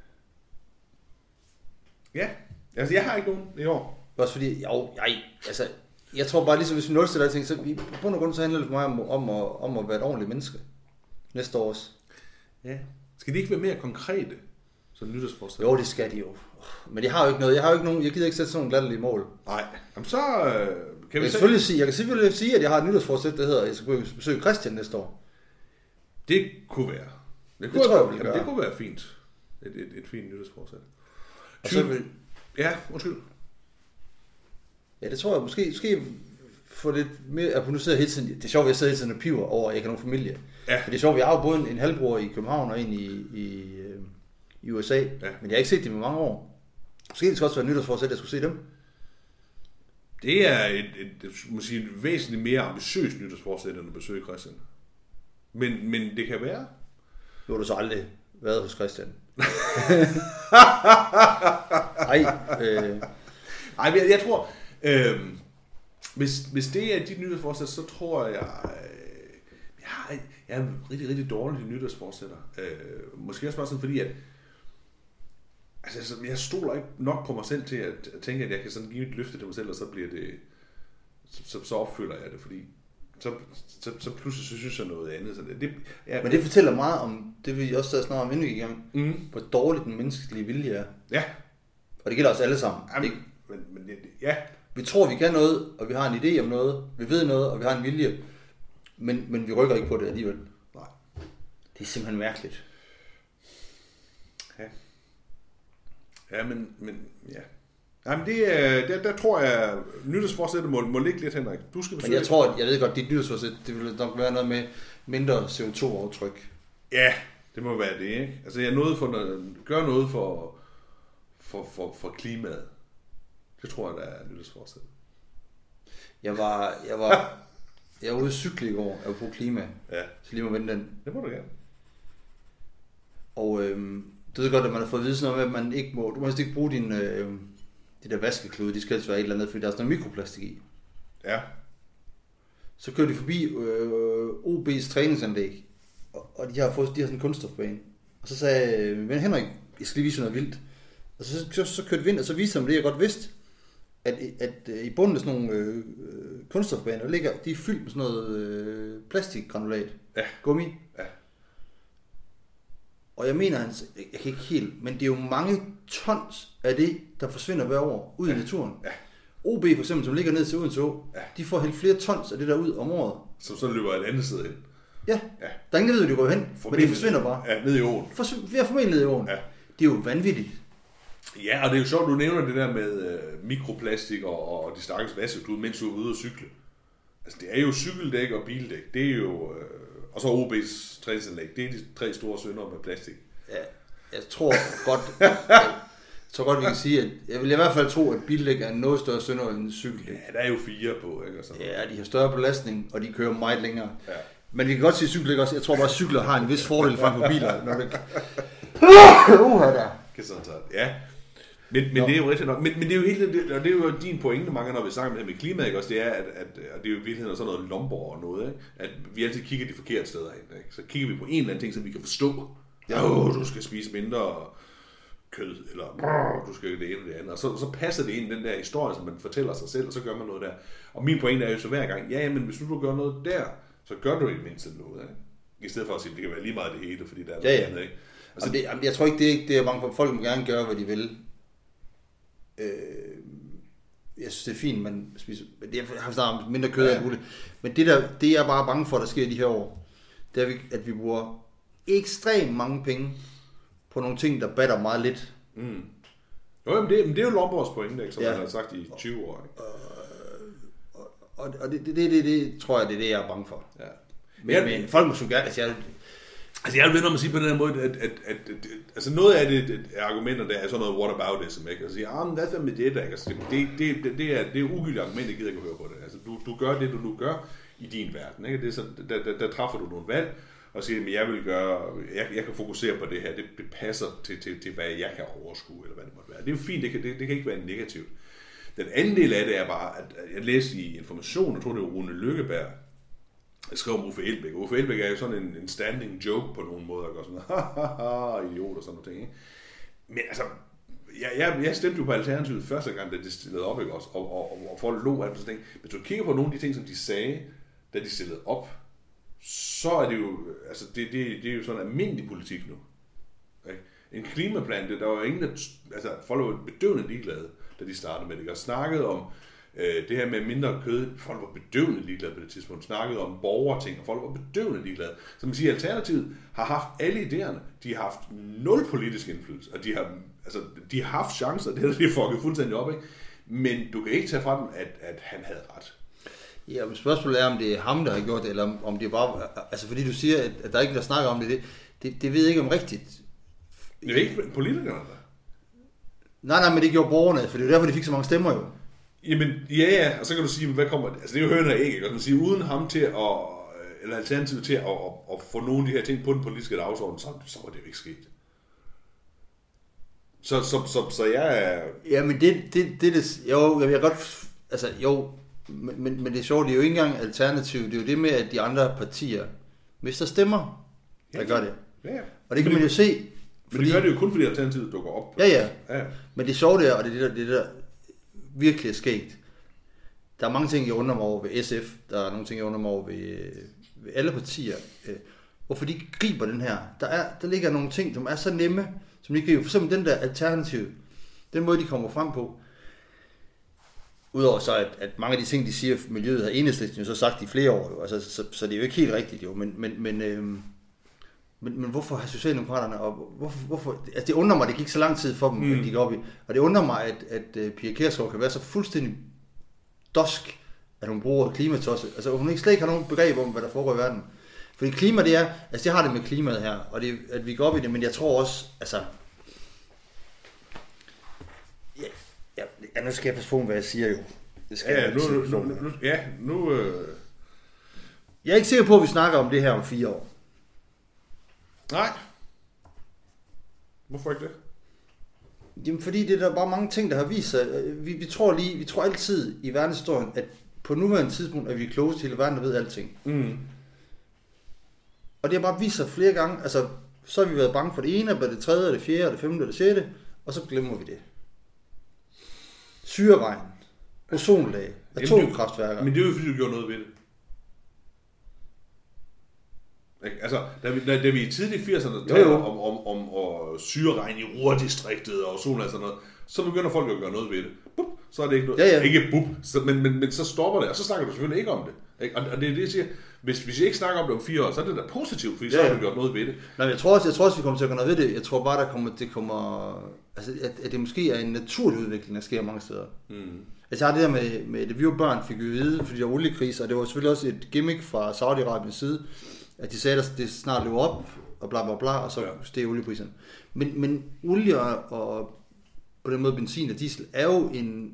Ja, altså jeg har ikke nogen i år. Også fordi, jo, jeg, altså, jeg tror bare ligesom, hvis vi nulstiller ting, så i bund og grund så handler det for mig om, om, at, om at være et ordentligt menneske. Næste år også. Ja. Skal de ikke være mere konkrete? Så nytårsforsæt? Jo, det skal de jo. Men jeg har jo ikke noget. Jeg har jo ikke nogen, jeg gider ikke sætte sådan nogle latterlige mål. Nej. Jamen så øh, kan vi jeg, selvfølgelig sige, jeg kan selvfølgelig sige, at jeg har et nytårsforsæt, der hedder, at jeg skal besøge Christian næste år. Det kunne være. Det, kunne det tror jeg, være, jeg jamen, det kunne være fint. Et, et, et fint nytårsforsæt. Og så vil... Ja, undskyld. Ja, det tror jeg måske, måske få lidt mere, at nu sidder hele tiden, det er sjovt, at jeg sidder hele tiden og piver over, at jeg ikke har nogen familie. Ja. For det er sjovt, vi har jo både en, en halvbror i København og en i, i, i U S A, ja. Men jeg har ikke set dem i mange år. Måske det skal også være nytårsforsæt, at jeg skulle se dem. Det er et, et, et, må sige, et væsentligt mere ambitiøst nytårsforsæt, end at besøge Christian. Men, men det kan være. Nu har du så aldrig været hos Christian. Ej, øh... Ej, jeg, jeg tror, øh, hvis, hvis det er dit nytårsforsæt, så tror jeg, øh, jeg, har, jeg er rigtig, rigtig dårlig til nytårsforsætter. Øh, måske også bare sådan, fordi at, altså, jeg stoler ikke nok på mig selv til at, at tænke, at jeg kan sådan give et løfte til mig selv, og så bliver det, så, så, så opfylder jeg det, fordi så, så, så pludselig så synes jeg noget andet. Så det, det, ja, Men det fortæller meget om, det vi også sad snart om inden vi gik i gang, mm. hvor dårligt den menneskelige vilje er. Ja. Og det gælder os alle sammen. Jamen, men, men ja. Vi tror, vi kan noget, og vi har en idé om noget, vi ved noget, og vi har en vilje, men, men vi rykker ikke på det alligevel. Nej. Det er simpelthen mærkeligt. Ja. Ja, men, men ja. Jamen, det, der, der tror jeg, nytårsforsættet må, må ligge lidt, Henrik. Du skal besøge. Men jeg tror, jeg ved godt, dit nytårsforsæt, det vil nok være noget med mindre C O to aftryk. Ja, det må være det, ikke? Altså, jeg nåede for noget, gør noget for, for, for, for klimaet. Det tror jeg, der er nytårsforsæt. Jeg var, jeg var, jeg var ude at cykle i går, jeg var på klima. Ja. Så lige må vende den. Det må du gerne. Og øhm, du ved godt, at man har fået at vide sådan noget med, at man ikke må, du må helst ikke bruge din, øh, de der vaskeklude, de skal helst være et eller andet, fordi der er sådan noget mikroplastik i. Ja. Så kører de forbi øh, O B's træningsanlæg, og, og de har fået, de har sådan en kunststofbane. Og så sagde øh, men Henrik, jeg skal lige vise noget vildt. Og så, så, så kørte vi ind, og så viste han det, jeg godt vidste, at, at, at i bunden af sådan nogle øh, kunststofbaner, der ligger, de er fyldt med sådan noget øh, plastikgranulat. Ja. Gummi. Ja. Og jeg mener, han, jeg kan ikke helt, men det er jo mange tons af det, der forsvinder hver år ud ja. i naturen. Ja. O B for eksempel, som ligger ned til Odense Å, ja. de får helt flere tons af det der ud om året. Som så løber et andet sted hen. Ja. ja. Der er ingen, der ved, at de går hen, men det forsvinder bare. Ja, ned i åen. Vi er formentlig ned i åen. Ja. Det er jo vanvittigt. Ja, og det er jo sjovt, du nævner det der med øh, mikroplastik og, og de stakkels vaskeklude, mens du er ude og cykle. Altså, det er jo cykeldæk og bildæk. Det er jo... Øh, og så O B's træningsanlæg. Det er de tre store synder med plastik. Ja, jeg tror godt... jeg tror godt, vi kan sige, at... Jeg vil i hvert fald tro, at bildæk er en noget større synder end cykeldæk. Ja, der er jo fire på, ikke? Og sådan ja, de har større belastning, og de kører meget længere. Ja. Men vi kan godt sige cykeldæk også. Jeg tror bare, at cykler har en vis fordel frem på biler. Når det... uh, der. Kan sådan tage. Ja. Men, men det er jo rigtigt nok. Men, men det er jo helt, det, og det er jo din pointe mange, når vi snakker med det her med klimaet, ikke? Også det er, at, at, at det er jo i virkeligheden sådan noget lomborg og noget, ikke? At vi altid kigger de forkerte steder hen, ikke? Så kigger vi på en eller anden ting, som vi kan forstå. Ja, oh, du skal spise mindre kød, eller oh, du skal det ene og det andet. Og så, så passer det ind i den der historie, som man fortæller sig selv, og så gør man noget der. Og min pointe er jo så hver gang, ja, men hvis nu du gør noget der, så gør du i mindst noget, ikke? I stedet for at sige, at det kan være lige meget det hele, fordi der er noget ja, ja. andet, ikke? Altså, det, jeg tror ikke, det er, det er mange folk må gerne gøre, hvad de vil. Øh, jeg synes, det er fint, man spiser... Jeg har snart mindre kød af ja. muligt. Men det, der, det jeg er bare bange for, der sker i de her år, det er, at vi bruger ekstremt mange penge på nogle ting, der batter meget lidt. Mm. Jo, men det, men det er jo Lomborgs pointe, ikke, som ja. man har sagt i tyve år. Ikke? Og, og, og det, det, det, det, det tror jeg, det er det, jeg er bange for. Ja. Men, ja, men folk må så gerne... Altså, jeg, Altså jeg vil ved, når man siger på den her måde, at, at, at, at, at altså noget af det, det argumenter, der er sådan noget whataboutism, ikke? Altså, ah, men hvad er med det, ikke? Altså, det, det, det, det, er, det er ugyldige argument, jeg gider ikke at høre på det. Altså, du, du gør det, du nu gør i din verden, ikke? Det er så, der, der, der træffer du nogle valg, og siger, at jeg vil gøre, jeg, jeg kan fokusere på det her, det, det passer til, til, til, hvad jeg kan overskue, eller hvad det måtte være. Det er jo fint, det kan, det, det kan ikke være negativt. Den anden del af det er bare, at jeg læste i Information, jeg tror det var Rune Lykkeberg, Jeg skrev om Uffe Elbæk. Uffe Elbæk er jo sådan en, en standing joke på nogle måder, og sådan noget, idiot og sådan noget ting, ikke? Men altså, jeg, jeg, jeg stemte jo på Alternativet første gang, da det stillede op, ikke også? Og, og, og, og folk lå af sådan ting. Hvis du kigger på nogle af de ting, som de sagde, da de stillede op, så er det jo, altså det, det, det er jo sådan almindelig politik nu. Ikke? En klimaplan, det, der var ingen, der, altså folk var bedøvende ligeglade, da de startede med det. Og snakkede om øh, det her med mindre kød, folk var bedøvende ligeglade på det tidspunkt. Snakkede om borgerting, og folk var bedøvende ligeglade. Så man siger, Alternativet har haft alle idéerne, de har haft nul politisk indflydelse, og de har, altså, de har haft chancer, det har de fucket fuldstændig op, ikke? Men du kan ikke tage fra dem, at, at han havde ret. Ja, men spørgsmålet er, om det er ham, der har gjort det, eller om det er bare... Altså, fordi du siger, at, at der er ikke der snakker om det, det, det, det ved jeg ikke om rigtigt. Det er ikke politikerne, der. Nej, nej, men det gjorde borgerne, for det er derfor, de fik så mange stemmer jo. Jamen, ja, ja, og så kan du sige, hvad kommer... Altså, det er jo høner ikke, ikke? Og man siger, uden ham til at... Eller Alternativet til at, at, at få nogle af de her ting på den politiske dagsorden, så, så var det jo ikke sket. Så, så, så, så jeg er... Ja, men det, det, det, det jo, jeg vil godt... Altså, jo... Men, men, men det er sjovt, det er jo ikke engang Alternativ. Det er jo det med, at de andre partier mister stemmer, der ja, gør det. Ja, ja. Og det kan man jo se. Fordi, men det gør det jo kun, fordi Alternativet dukker op. Ja, ja. ja. Men det er sjovt der, og det er det der, det der virkelig er sket. Der er mange ting, jeg undrer mig over ved S F. Der er nogle ting, jeg undrer mig over ved, ved alle partier. Hvorfor de griber den her. Der, er, der ligger nogle ting, som er så nemme, som de griber. For eksempel den der Alternativ. Den måde, de kommer frem på. Udover så, at, at mange af de ting, de siger, miljøet har Enhedslisten jo så sagt i flere år, jo. Altså, så, så det er jo ikke helt rigtigt, jo. Men, men, men, øhm, men, men hvorfor har Socialdemokraterne, og hvorfor, hvorfor, altså det undrer mig, det gik så lang tid for dem, mm. at de går op i, og det undrer mig, at, at, at Pia Kjærsgaard kan være så fuldstændig dosk, at hun bruger klimatosse. Altså hun ikke slet ikke har nogen begreb om, hvad der foregår i verden. Fordi klima, det er, altså jeg har det med klimaet her, og det, at vi går op i det, men jeg tror også, altså, Ja, ja, nu skal jeg passe på, hvad jeg siger jo. Det skal ja, jeg nu, nu, nu, nu, ja, nu... Øh... Jeg er ikke sikker på, at vi snakker om det her om fire år. Nej. Hvorfor ikke det? Jamen, fordi det er der bare mange ting, der har vist sig. Vi, vi tror lige, vi tror altid i verdenshistorien, at på nuværende tidspunkt er vi klogest til hele verden, der ved alting. Mm. Og det har bare vist sig flere gange. Altså, så har vi været bange for det ene, og det tredje, og det fjerde, og det femte, og det sjette, og så glemmer vi det. Syreregn, ozonlag, atomkraftværker. Men det er jo fordi, du gjorde noget ved det. Altså, da vi, da, da vi i tidlige firserne talte om, om, om, om syreregn i Ruhrdistriktet og ozonlag og sådan noget, så begynder folk at gøre noget ved det. Bup, så er det ikke noget. Ja, ja. Ikke bup, så, men, men, men så stopper det, og så snakker du selvfølgelig ikke om det. Ikke? Og, og det er det, jeg siger. Hvis, hvis jeg ikke snakker om det om fire år, så er det da positivt, fordi ja, ja. Så har vi gjort noget ved det. Nej, jeg tror også, jeg tror også, vi kommer til at gøre noget ved det. Jeg tror bare, der kommer, det kommer, altså, at, at det måske er en naturlig udvikling, der sker mange steder. Mm. Altså, jeg har det der med, med det vi var børn, fik vi vide, fordi der var oliekriser, og det var selvfølgelig også et gimmick fra Saudi-Arabiens side, at de sagde, at det snart løber op, og bla bla bla, og så ja. steg oliepriserne. Men, men olie og på den måde benzin og diesel er jo en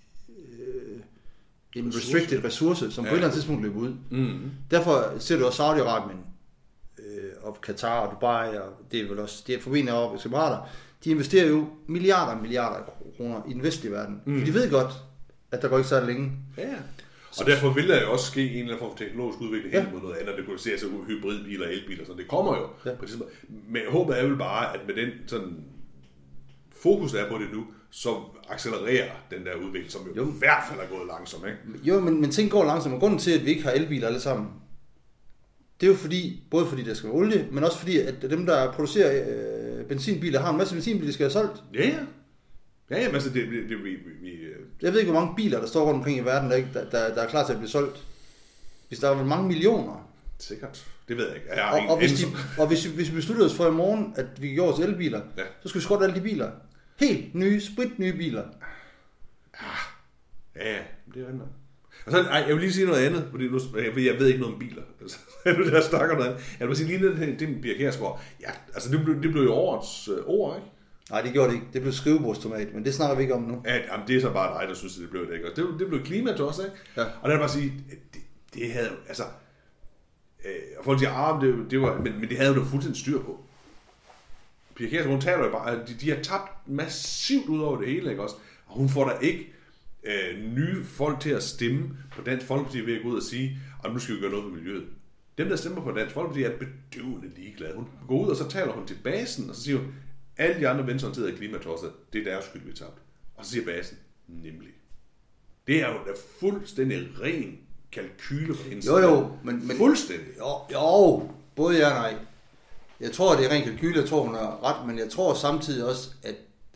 en restricted ressource, som ja. på et eller andet tidspunkt løber ud. Mm-hmm. Derfor ser du også Saudi-Arabien øh, og Katar og Dubai, og det er vel også, det er formentlig op i Emirater, de investerer jo milliarder og milliarder kroner i den vestlige verden. Mm. For de ved godt, at der går ikke så længe. Ja. Og derfor vil der jo også ske en eller anden form for teknologisk udvikling hen ja. mod noget andet. Det kunne se altså hybridbiler og elbiler, så det kommer jo. Ja. Men håbet er vel bare, at med den sådan fokus, der er på det nu, så accelererer den der udvikling, som jo, jo. i hvert fald er gået langsomt, ikke? Jo, men, men ting går langsomt, og grunden til, at vi ikke har elbiler alle sammen, det er jo fordi, både fordi der skal være olie, men også fordi, at dem, der producerer øh, benzinbiler, har en masse benzinbiler, der skal have solgt. Ja, ja. Ja, ja, men altså, det, det, det vi, vi... Jeg ved ikke, hvor mange biler, der står rundt omkring i verden, der, ikke, der, der, der er klar til at blive solgt. Hvis der er vel mange millioner. Sikkert. Det ved jeg ikke. Jeg og, og, hvis de, og hvis, hvis vi besluttede os for i morgen, at vi gjorde os elbiler, ja. så skulle vi skrotte alle de biler. Helt nye, sprit nye biler. Ja, ja, det er rigtigt. Og så, ej, jeg vil lige sige noget andet, fordi nu, jeg ved ikke noget om biler. Nu der snakker noget andet. Jeg vil sige lige det, det med Pia Kjærsgaard. Ja, altså det blev, det blev jo årets øh, ord, ikke? Nej, det gjorde det ikke. Det blev skrivebordstomat, men det snakker vi ikke om nu. Ja, jamen, det er så bare dig, der synes, det blev det, ikke? Og det, det blev klimat også, ikke? Ja. Og der vil bare sige, det, det havde altså... Øh, og folk siger, ah, det, det var... Men, men det havde jo fuldstændig styr på. Pia Kjærsgaard, hun taler jo bare, de, de har tabt massivt ud over det hele, ikke også? Og hun får da ikke øh, nye folk til at stemme på Dansk Folkeparti ved at gå ud og sige, og nu skal vi gøre noget for miljøet. Dem, der stemmer på Dansk Folkeparti, er bedøvende ligeglade. Hun går ud, og så taler hun til basen, og så siger hun, alle de andre venstreorienterede klimatosser, det er deres skyld, vi tabt. Og så siger basen, nemlig. Det er jo da fuldstændig ren kalkyle for hende. Jo, jo, men... men fuldstændig. Jo, jo, både ja og nej. Jeg tror, det er ren kalkyle, jeg tror, hun har ret, men jeg tror samtidig også, at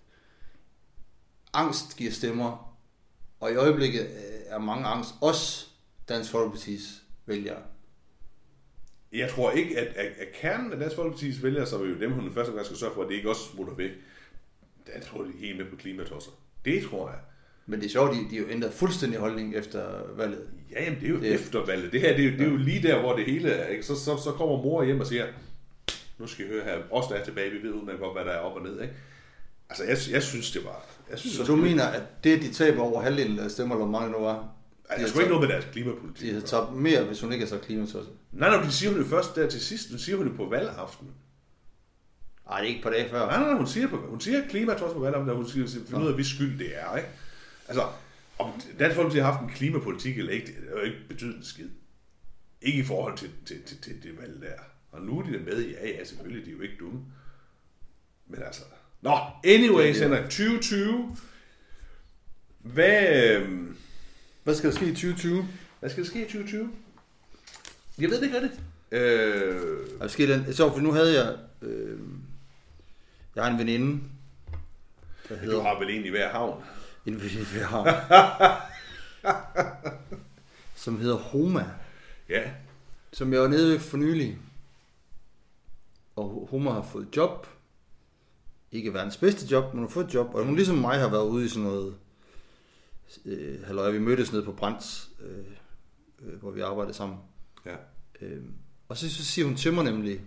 angst giver stemmer, og i øjeblikket er mange angst, også Dansk Folkepartis vælgere. Jeg tror ikke, at, at, at kernen af Dansk Folkepartis vælgere, som er jo dem, hun første gang skal sørge for, at det ikke også smutter væk, jeg tror, de er helt med på klimatosser. Det tror jeg. Men det er sjovt, de, de har jo ændret fuldstændig holdning efter valget. Ja, jamen det er jo det, efter valget. Det her, det er, jo, det er jo lige der, hvor det hele er. Ikke? Så, så, så kommer mor hjem og siger, nu skal I høre her, os der er tilbage, vi ved udmærket godt, hvad der er op og ned. Ikke? Altså, jeg, jeg synes, det var... Jeg synes, så du mener, at det, de taber over halvdelen af stemmer, hvor mange nu var? Jeg tror ikke noget med deres klimapolitik. De har tabt mere, hvis hun ikke er så klimatosset. Nej, nej, det siger hun jo først der til sidst. Nu siger hun det på valgaften. Nej, det er ikke på dage før. Nej, nej, hun siger, på, hun siger klimatosset på valgaften, og hun siger, finder ud af, hvis skyld det er, ikke? Altså, om Dansk Folkeparti har haft en klimapolitik eller ikke, det er jo ikke betydende skid. Ikke i forhold til, til, til, til det valg der. Og nu er de der med, ja, ja, selvfølgelig, de er jo ikke dumme. Men altså... Nå, anyways, Henrik, tyve tyve. Hvad... Hvad skal der ske i tyve tyve? Hvad skal der ske i tyve tyve? Jeg ved det ikke rigtigt. Øh... Der sker den... Så, for nu havde jeg... Øh... Jeg har en veninde. Der hedder... Du har vel en i hver havn? En veninde i hver havn. Som hedder Homa. Ja. Som jeg var nede ved for nylig. Og Homa har fået job. Ikke verdens bedste job, men hun har fået et job. Og hun ligesom mig har været ude i sådan noget... Øh, halløj, vi mødtes nede på Brands, øh, øh, hvor vi arbejdede sammen. Ja. Øh, og så, så siger hun til mig nemlig,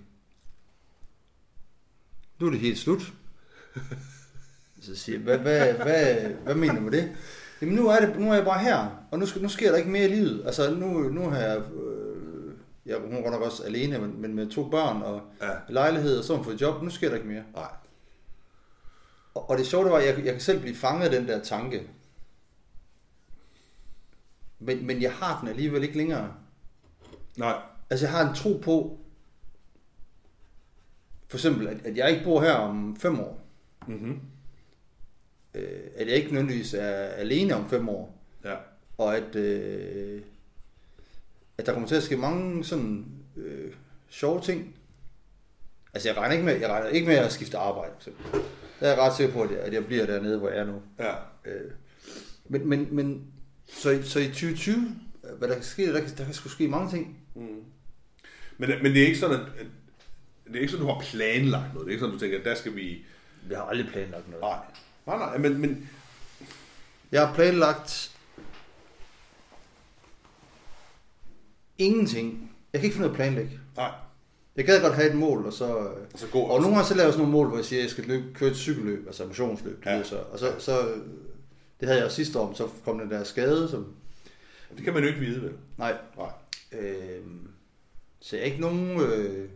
nu er det helt slut. Så siger jeg, hvad, hvad, hvad, hvad mener du med det? Jamen nu er, det, nu er jeg bare her, og nu, skal, nu sker der ikke mere i livet. Altså nu, nu har jeg, øh, jeg hun er godt nok også alene, men, men med to børn og ja. lejlighed, og så har hun fået job, nu sker der ikke mere. Nej. Og, og det sjove var, at jeg, jeg kan selv blive fanget af den der tanke. Men, men jeg har den alligevel ikke længere. Nej. Altså jeg har en tro på, for eksempel, at, at jeg ikke bor her om fem år. Mm-hmm. Øh, at jeg ikke nødvendigvis er alene om fem år. Ja. Og at, øh, at der kommer til at ske mange sådan øh, sjove ting. Altså jeg regner ikke med, jeg regner ikke med at skifte arbejde, for eksempel. Der er jeg ret sikker på, at jeg, at jeg bliver dernede, hvor jeg er nu. Ja. Øh, men, men, men så, så i tyve tyve, hvad der kan ske, der kan, der kan sgu ske mange ting. Mm. Men, men det er ikke sådan, at, at det er ikke sådan, du har planlagt noget. Det er ikke sådan, du tænker, at der skal vi... Jeg har aldrig planlagt noget. Nej, nej, nej, men... men... Jeg har planlagt ingenting. Jeg kan ikke finde noget at planlægge. Nej. Jeg gad godt have et mål, og så... Og, så gå og nogle gange så laver jeg sådan nogle mål, hvor jeg siger, at jeg skal løbe, køre et cykelløb, altså motionsløb. Ja. Så, og så, så... Det havde jeg sidste år, så kom den der skade, som... Det kan man jo ikke vide, vel? Nej. Nej. Øh, så jeg er ikke nogen... Øh,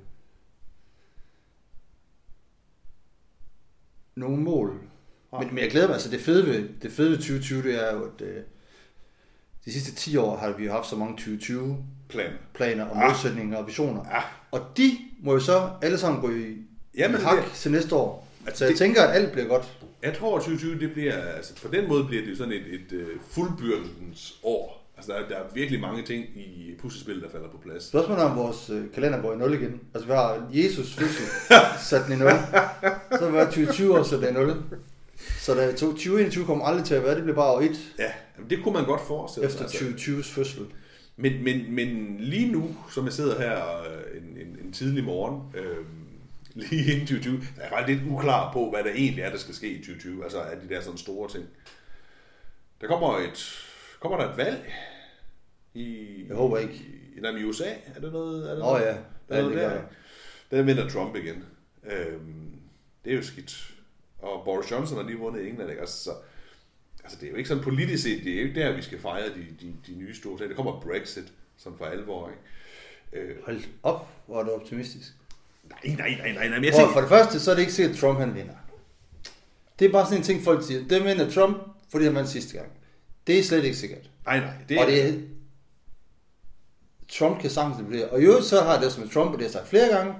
nogen mål. Men, men jeg glæder mig, altså det fede ved, det fede ved tyve tyve, det er jo, at øh, de sidste ti år har vi haft så mange tyve tyve Plan. planer og målsætninger og visioner. Ja. Og de må jo så alle sammen gå i, Jamen, i hak det, til næste år. Altså så jeg det, tænker, at alt bliver godt. Jeg tror, at tyve tyve, det bliver, altså på den måde bliver det jo sådan et, et, et fuldbyrdens år. Altså der er, der er virkelig mange ting i puslespillet, der falder på plads. Spørgsmålet om vores øh, kalender går i nul igen. Altså vi har Jesus fødsel sat den i nul. Så var tyve tyve år sat den i nul. Så da tyve enogtyve kommer aldrig til at være, det bliver bare over et. Ja, det kunne man godt forestille sig. Efter tyve tyves fødsel. Men, men, men lige nu, som jeg sidder her en, en, en tidlig morgen, øh, lige inden tyve tyve, der er jeg lidt uklar på, hvad der egentlig er, der skal ske i tyve tyve. Altså af de der sådan store ting. Der kommer et, kommer der et valg i... Jeg håber ikke. I, i, i U S A, er det noget? Åh oh, ja, der er noget det der. Der vinder Trump igen. Øhm, det er jo skidt. Og Boris Johnson har lige vundet i England, ikke? Altså, så, altså det er jo ikke sådan politisk set, det er jo ikke der, vi skal fejre de, de, de nye store sager. Det kommer Brexit, som for alvor, ikke? Øh, Hold op, hvor er du optimistisk. Nej, nej, nej, nej, nej. Men jeg tænker... For det første, så er det ikke sikkert, at Trump han vinder. Det er bare sådan en ting, folk siger. Det vinder Trump, fordi han vandt sidste gang. Det er slet ikke sikkert. Nej, nej. Det er... Og det er... Trump kan sagtens manipulere. Og i øvrigt så har det som med Trump, og det har sagt flere gange,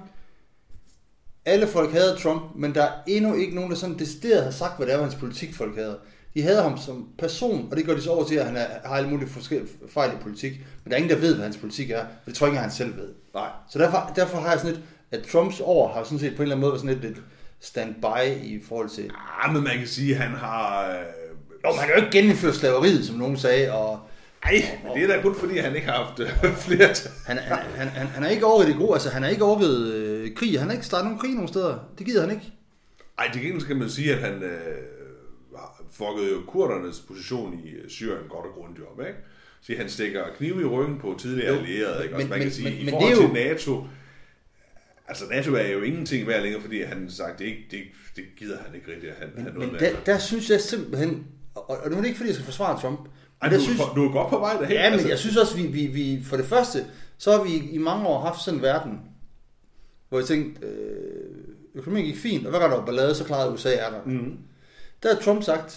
alle folk hader Trump, men der er endnu ikke nogen, der sådan decideret har sagt, hvad det er, hans politik folk hader. De hader ham som person, og det gør de så over til, at han er, har alle mulige fejl i politik. Men der er ingen, der ved, hvad hans politik er, for det tror jeg ikke, han selv ved. Nej. Så derfor, derfor har jeg sådan et, at Trumps år har sådan set på en eller anden måde været sådan et, et stand-by i forhold til... Ah, men man kan sige, at han har... Øh... Jo, man kan jo ikke genindføre slaveriet, som nogen sagde, og... Ej, men det er da kun fordi, han ikke har haft øh, flere... han, han, han, han, han er ikke overgivet det gode, altså han har ikke overgivet øh, krig, han har ikke startet nogen krig nogen steder, det gider han ikke. Ej, det gengæld skal man sige, at han øh, fuckede jo kurdernes position i Syrien godt og grundigt op, ikke? Så han stikker knive i ryggen på tidligere allierede, ikke? Også man kan sige, men, i forhold til jo... NATO... Altså NATO er jo ingenting værd længere, fordi han sagt, det, ikke, det, det gider han ikke rigtig at have noget men med. Der, der synes jeg simpelthen, og, og det er ikke fordi, jeg skal forsvare Trump. Ej, du, synes, du er godt på vej derhen. Ja, men altså. Jeg synes også, vi, vi, vi for det første, så har vi i mange år haft sådan en verden, hvor jeg tænkte, øh, økonomien gik fint, og hver gang der var ballade, så klarede U S A er der. Mm. Der har Trump sagt,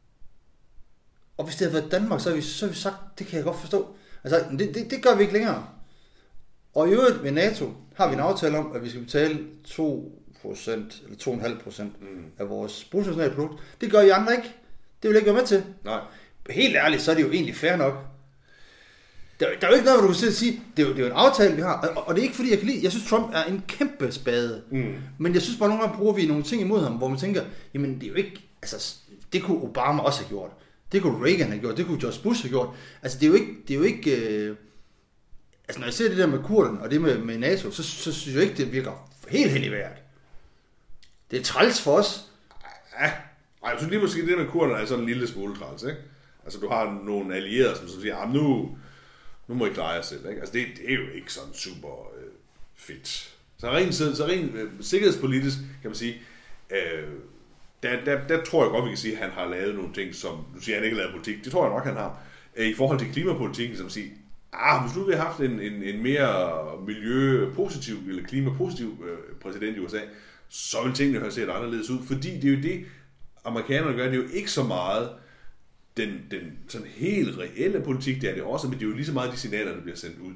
og hvis det havde været Danmark, så har vi, så har vi sagt, det kan jeg godt forstå. Altså, det, det, det gør vi ikke længere. Og i øvrigt med NATO har vi en aftale om, at vi skal betale to procent eller to komma fem procent mm. af vores bruttonationalprodukt. Det gør I andre ikke. Det vil jeg ikke være med til. Nej. Helt ærligt, så er det jo egentlig fair nok. Der, der er jo ikke noget, hvor du kan sige, det er jo, det er jo en aftale, vi har. Og, og det er ikke fordi, jeg kan lide. Jeg synes, Trump er en kæmpe spade. Mm. Men jeg synes bare, nogle gange bruger vi nogle ting imod ham, hvor man tænker, jamen det er jo ikke, altså det kunne Obama også have gjort. Det kunne Reagan have gjort. Det kunne George Bush have gjort. Altså det er jo ikke, det er jo ikke øh, altså når jeg ser det der med kurderne og det med, med NATO, så, så synes jeg ikke, det virker helt hen i vejret. Det er træls for os. Ja, jeg synes lige måske, det der med kurderne er sådan en lille smule træls, ikke? Altså du har nogle allierede, som siger, ah, nu, nu må I klare jer selv, ikke? Altså det, det er jo ikke sådan super øh, fedt. Så rent, så rent øh, sikkerhedspolitisk, kan man sige, øh, der, der, der tror jeg godt, vi kan sige, at han har lavet nogle ting, som, du siger, han ikke har lavet politik, det tror jeg nok, han har. Øh, I forhold til klimapolitikken, som siger, ah, hvis nu vi har haft en, en, en mere miljøpositiv, eller klimapositiv øh, præsident i U S A, så vil tingene have set anderledes ud, fordi det er jo det, amerikanerne gør, det er jo ikke så meget den, den sådan helt reelle politik, det er det også, men det er jo lige så meget de signaler, der bliver sendt ud.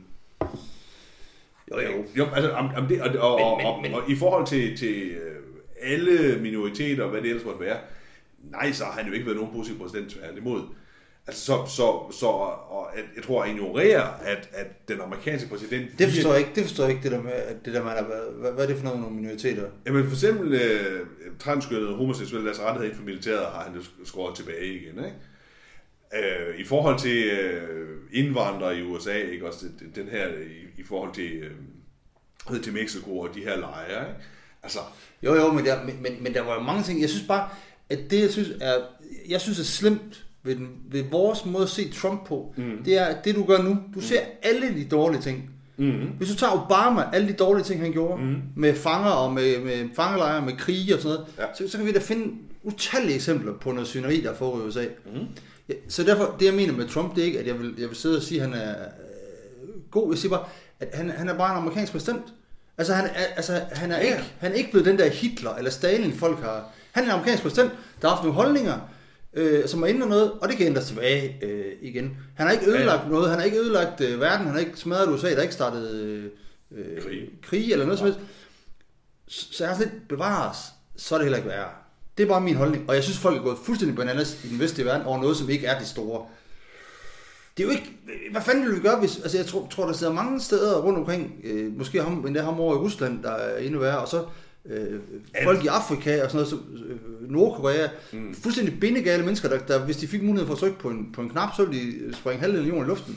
Jo, jo. jo altså, om, om det, og, og, men, men, og, men, og, og i forhold til, til alle minoriteter, og hvad det ellers måtte være, nej, så har han jo ikke været nogen positiv præsident, tværtimod. Altså, så, så, så og at, jeg tror, at ignorere, at, at den amerikanske præsident... Det forstår jeg ikke, det forstår jeg ikke, det der med, at det der med, at hvad, hvad er det for nogle minoriteter? Jamen for eksempel, uh, transkønnede og homoseksuelle, deres rettigheder inden for militæret, har han jo skåret tilbage igen, ikke? Uh, I forhold til uh, indvandrere i U S A, ikke? Også den her, i, i forhold til, uh, til Mexico og de her lejre, ikke? Altså... Jo, jo, men der, men, men, men der var jo mange ting. Jeg synes bare, at det, jeg synes er, jeg synes er slemt, Ved, den, ved vores måde at se Trump på, mm. det er, at det du gør nu, du ser mm. alle de dårlige ting. Mm. Hvis du tager Obama, alle de dårlige ting, han gjorde, mm. med fanger og med, med fangelejre, med krige og sådan noget, ja. så, så kan vi da finde utallige eksempler på noget syneri, der foregår i U S A. Mm. Ja, så derfor, det jeg mener med Trump, det er ikke, at jeg vil, jeg vil sidde og sige, at han er øh, god. Jeg siger bare, at han, han er bare en amerikansk præsident. Altså, han er, altså, han er, ja. ikke, han er ikke blevet den der Hitler eller Stalin, folk har. Han er en amerikansk præsident, der har haft nogle holdninger, Øh, som har ændret noget, og det kan ændres tilbage øh, igen. Han har ikke ødelagt ja. noget, han har ikke ødelagt øh, verden, han har ikke smadret U S A, der har ikke startet øh, krig. krig eller noget ja. som helst. Så, så jeg har lidt bevares, så er det heller ikke værre. Det er bare min holdning, og jeg synes, folk er gået fuldstændig bananas i den vestlige verden over noget, som ikke er det store. Det er jo ikke, hvad fanden vil vi gøre, hvis, altså jeg tror, tror der sidder mange steder rundt omkring, øh, måske ham, men der ham over i Rusland, der er endnu værre, og så Øh, folk i Afrika og sådan noget, så, øh, Nordkorea, mm. fuldstændig bindegale mennesker, der, der hvis de fik mulighed for at trykke på en, på en knap, så ville de springe halvdelen af jorden i luften.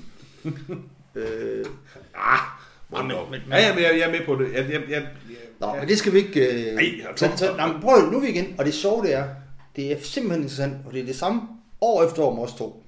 øh, ah, men, men, men, ja, men jeg, jeg er med på det. Jeg, jeg, jeg, Nå, ja. men det skal vi ikke... Øh, Ej, så, så, nej, men prøv nu er vi igen, og det sjove det er, det er simpelthen interessant, og det er det samme år efter år med os to.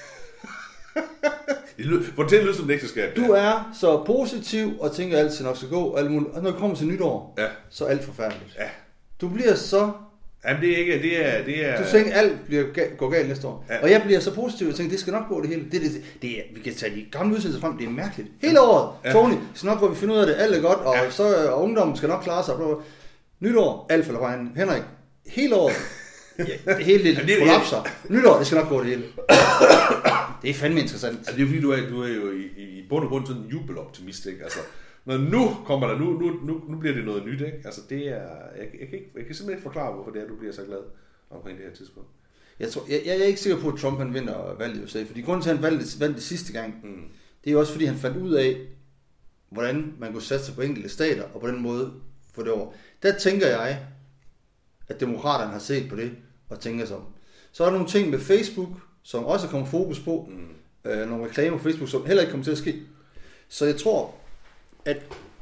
Fortæl lyst om ægteskab. Du er så positiv og tænker, at alt nok skal gå, og når det kommer til nytår, ja. så er alt forfærdeligt. Ja. Du bliver så... Jamen det er ikke, det er... Det er... Du tænker, at alt bliver, går galt næste år. Ja. Og jeg bliver så positiv, og tænker, det skal nok gå det hele. Det, det, det er, vi kan tage de gamle udsendelser frem, det er mærkeligt. Hele året, ja. Tony, det skal nok gå, vi finder ud af det, alt er godt, og ja. så og ungdommen skal nok klare sig. Nytår, alt falder vejen. Henrik, hele året, ja, det hele det kollapser. Nytår, det skal nok gå det hele. Det er fandme interessant. Altså, det er fordi, du er, du er jo i, i bund og grund sådan en jubeloptimist, ikke? Altså, når nu kommer der, nu, nu, nu, nu bliver det noget nyt, ikke? Altså, det er, jeg, jeg, kan ikke, jeg kan simpelthen ikke forklare, hvorfor det er, du bliver så glad omkring det her tidspunkt. Jeg, tror, jeg, jeg er ikke sikker på, at Trump han vinder valget i U S A, fordi grunden til, at han valgte, valgte det sidste gang, mm. det er jo også, fordi han fandt ud af, hvordan man kunne satse på enkelte stater, og på den måde få det over. Der tænker jeg, at demokraterne har set på det, og tænker sig om. Så er der nogle ting med Facebook, som også kommer fokus på, mm. øh, nogle reklamer på Facebook, som heller ikke kommer til at ske. Så jeg tror, at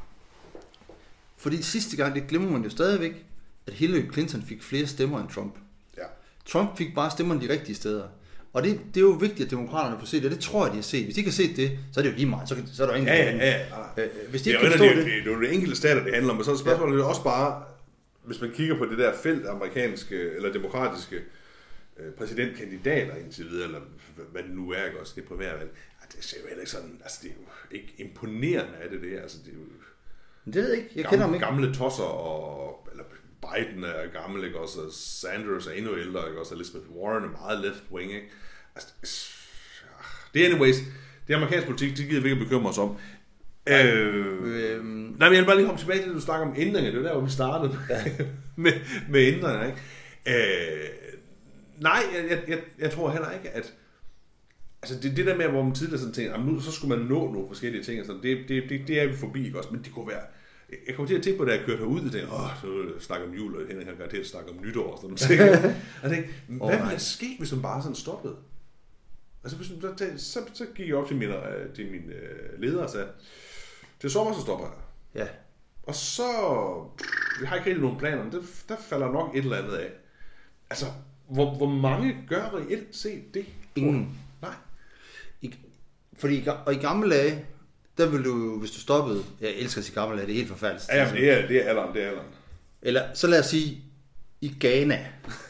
fordi sidste gang, det glemmer man jo stadigvæk, at Hillary Clinton fik flere stemmer end Trump. Ja. Trump fik bare stemmerne de rigtige steder. Og det, det er jo vigtigt, at demokraterne får set det, og det tror jeg, de har set. Hvis de ikke har set det, så er det jo lige meget, så, så er der ingen... Ja, ja, ja. ja. Hvis de det, ikke er kan forstå det, det... Det, det er jo det enkelte stater, det handler om, men så er spørgsmålet ja. også bare, hvis man kigger på det der felt amerikanske, eller demokratiske øh, præsidentkandidater indtil videre, eller hvad det nu er, ikke også, det primærvalg, det ser jo heller ikke sådan, altså det er jo ikke imponerende af det, det altså det er jo... Det ved jeg ikke, jeg gamle, kender ham ikke. Gamle tosser, og, eller Biden er gammel, ikke også, og Sanders er endnu ældre, ikke også, Elizabeth Warren er meget left-wing, ikke? Altså, det er anyways, det er amerikansk politik, det gider vi ikke bekymre os om. Nej, øh, øhm. nej, men jeg vil bare lige komme tilbage til, at du snakker om ændringer, det var der, hvor vi startede ja. med, med ændringer, ikke? Øh, nej, jeg, jeg, jeg, jeg tror heller ikke, at altså det, det der med, hvor man tidligere sådan tænkte, nu så skulle man nå nogle forskellige ting, og sådan, det, det, det, det er vi forbi, ikke også? Men det kunne være, jeg kommer til at tænke på, da jeg kørte herud, og tænkte, åh, så snakker om jul, og Henrik har garanteret snakke om nytår, og sådan noget. Og jeg tænkte, hvad ville der ske, hvis man bare sådan stoppede? Altså, hvis man, så, så gik jeg op til min, til min leder og sagde, til sommer så stopper jeg. Ja. Og så, jeg har ikke rigtig nogen planer, men der, der falder nok et eller andet af. Altså, hvor, hvor mange gør reelt set det? Ingen. Nej. I, fordi, og i gamle dage, der ville du, hvis du stoppede, jeg elsker at sige gamle dage, det er helt forfærdeligt. Ja, men det er, det er alderen, det er alderen. Eller, så lad os sige, i Ghana.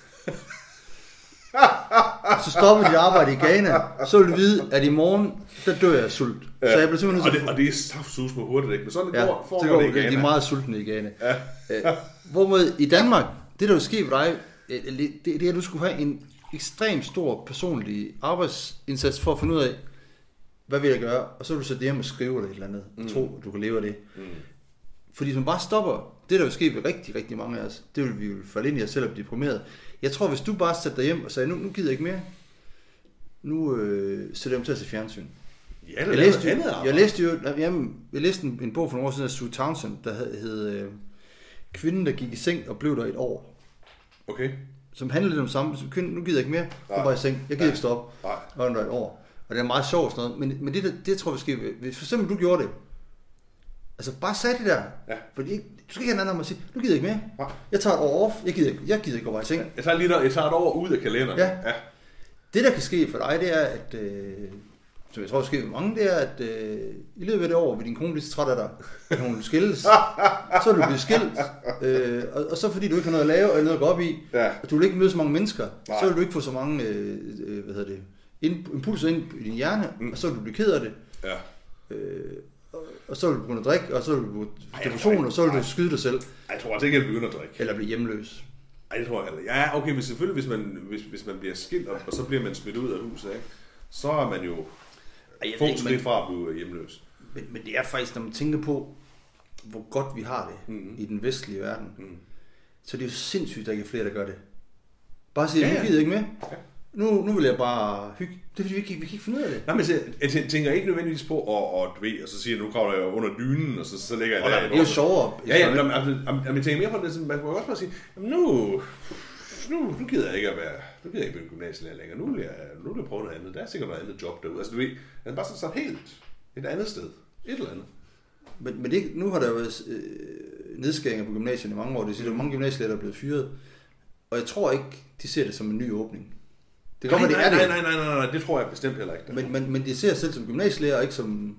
Så stopper dit arbejde i Ghana, så vil du vide, at i morgen, der dør jeg af sult. Ja. Så jeg bliver simpelthen nødt til at... Og det, og det er saftsus med hurtigt, ikke? Men sådan det ja, går, det går det i Ghana. De er meget sultne i Ghana. Ja. Æ, hvorimod i Danmark, det der jo sker for dig, det, det er, at du skulle have en ekstremt stor personlig arbejdsindsats for at finde ud af, hvad vil jeg gøre? Og så vil du sætte hjem og skrive det et eller andet. Mm. Tro, at du kan leve af det. Mm. Fordi hvis man bare stopper, det der vil ske ved rigtig, rigtig mange af os, det vil vi jo falde ind i os selv og blive deprimeret. Jeg tror, hvis du bare satte dig hjem og sagde, nu, nu gider jeg ikke mere, nu øh, sætter jeg mig til at se fjernsyn. Ja, jeg, læste, jo, jeg læste jo, jamen, jeg læste en, en bog for nogle år siden af Sue Townsend, der hed, hed øh, Kvinden, der gik i seng og blev der et år. Okay. Som handlede lidt om samme. Kvinden, nu gider jeg ikke mere, nu var jeg i seng, jeg gider ikke stoppe. Nej. Og der et år. Og det er meget sjovt sådan noget, men, men det, det tror jeg sker, hvis for eksempel du gjorde det, altså bare sagde det der, ja. Fordi du skal ikke have en anden om at sige, nu gider jeg ikke mere, ja. Jeg tager et år off, jeg gider ikke, jeg gider ikke gå bare i seng. Jeg tager, lige der, jeg tager et år ud af kalenderen. Ja. Ja. Det der kan ske for dig, det er, at, øh, som jeg tror sker for mange, det er, at øh, i løbet af det år vil din kone blive så træt af dig, at hun vil skilles, så er du blevet skilt, øh, og, og så fordi du ikke har noget at lave, eller noget at gå op i, ja. Og du vil ikke møde så mange mennesker, nej. Så vil du ikke få så mange, øh, øh, hvad hedder det, impulser ind i din hjerne, mm. og så vil du blive ked af det. Ja. Øh, og, og så vil du begynde at drikke, og så vil du begynde depression, og så vil du skyde dig selv. Jeg tror altså ikke, at jeg begynder at drikke. Eller blive hjemløs. Ej, det tror jeg heller. Ja, okay, men selvfølgelig, hvis man, hvis, hvis man bliver skilt, og, og så bliver man smidt ud af huset, ikke? Så er man jo få skridt fra at blive hjemløs. Men, men det er faktisk, når man tænker på, hvor godt vi har det mm-hmm. i den vestlige verden, mm. så det er jo sindssygt, at der ikke er flere, der gør det. Bare sige, ja, ja. Nu gider jeg ikke med. Ja. Nu, nu vil jeg bare hygge. Det er fordi, vi kan, vi kan ikke finde ud af det. Nej, men jeg, jeg tænker ikke nødvendigvis på, og, og, du ved, og så siger jeg, nu kommer jeg under dynen, og så, så ligger jeg og der. Det er jo sjovere. Ja, ja, men jeg, jeg, jeg tænker mere på det, man kunne også bare sige, nu, nu, nu gider jeg ikke at være, nu gider jeg ikke være gymnasielærer længere, nu vil jeg, nu vil jeg prøve noget andet, der er sikkert noget andet job derude. Altså, du ved, det er bare sådan, sådan helt et andet sted, et eller andet. Men, men det, nu har der jo været øh, nedskæringer på gymnasierne i mange år, det siger, at mange gymnasielærer er blevet fyret, og jeg tror ikke, de ser det som en ny åbning. Det nej, kommer, nej, det er nej, nej, nej, nej, nej, det tror jeg bestemt heller ikke. Men, men, men de ser sig selv som gymnasielærer, og ikke som...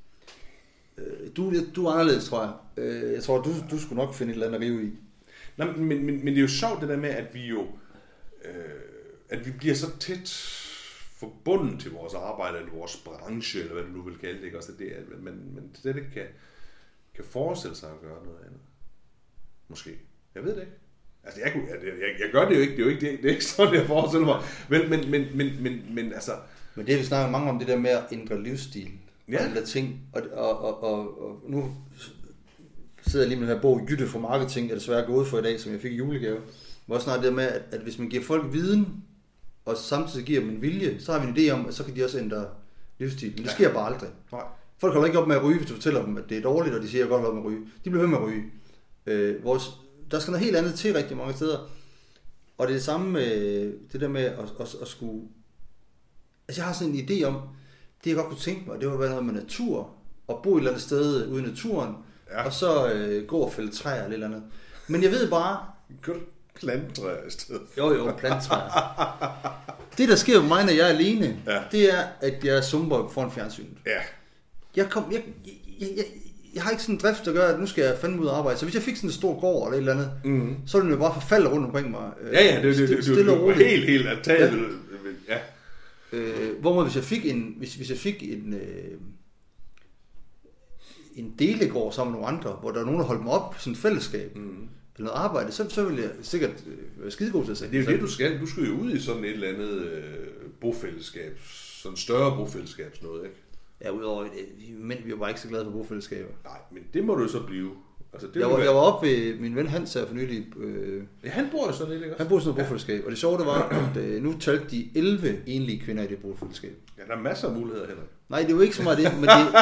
Øh, du, du er anderledes, tror jeg. Øh, jeg tror, du, du skulle nok finde et eller andet at rive i. Nej, men, men, men det er jo sjovt det der med, at vi jo... Øh, at vi bliver så tæt forbundet til vores arbejde, eller vores branche, eller hvad du nu vil kalde det, ikke? Også det, at man, man slet ikke kan, kan forestille sig at gøre noget andet. Måske. Jeg ved det ikke. Altså, jeg, jeg, jeg, jeg gør det jo ikke, det er jo ikke, det, det er ikke sådan, jeg forestiller mig. Men, men, men, men, men, men altså, Men det vi snakker mange om, det der med at ændre livsstil. Ja. Og alle ting. Og, og, og, og, og nu sidder jeg lige med den her bog, Jytte for Marketing, er desværre gået for i dag, som jeg fik i julegave. Hvor jeg snakker det med, at, at hvis man giver folk viden, og samtidig giver dem en vilje, så har vi en idé om, at så kan de også ændre livsstil. Men det ja. sker bare aldrig. Nej. Folk holder ikke op med at ryge, hvis du fortæller dem, at det er dårligt, og de siger, at jeg godt holder op med at ryge. De bliver ved med at ryge. Øh, vores, der skal noget helt andet til rigtig mange steder. Og det er det samme med det der med at, at, at skulle... Altså jeg har sådan en idé om, det jeg godt kunne tænke mig, det var at være noget med natur, og bo et eller andet sted ude i naturen, ja. Og så øh, gå og fælde træer eller, eller andet. Men jeg ved bare... Kan du plantetræer i stedet? Jo jo, plantetræer. Det der sker for mig, når jeg er alene, ja. Det er, at jeg sumper foran fjernsynet. Ja. Jeg, kom, jeg, jeg, jeg, jeg, jeg har ikke sådan en drift, der gør, at nu skal jeg fandme ud og arbejde. Så hvis jeg fik sådan en stor gård eller et eller andet, mm. så ville det bare forfalde rundt omkring mig. Ja, ja, det, det, det, det, det var helt, helt at tage. Ja. Ja. Øh, hvorimod hvis jeg fik en, hvis, hvis jeg fik en, øh, en delegård sammen med nogle andre, hvor der er nogen, der holdt mig op på sådan et fællesskab, mm. eller noget arbejde, så, så ville jeg sikkert være skidegod til at sige. Det er jo det, du skal. Du skal jo ud i sådan et eller andet øh, bofællesskab, sådan større bofællesskab, sådan noget, ikke? Ja, udover det, men vi var bare ikke så glade for bofællesskaber. Nej, men det må du så blive. Altså, det jeg, var, være... jeg var oppe ved min ven Hans her for nylig. Øh, ja, han bor jo sådan lidt, ikke? Han bor i sådan et bofællesskab, ja. Og det sjove det var, at øh, nu talte de elleve enlige kvinder i det bofællesskab. Ja, der er masser af muligheder heller. Nej, det er jo ikke så meget det, men det,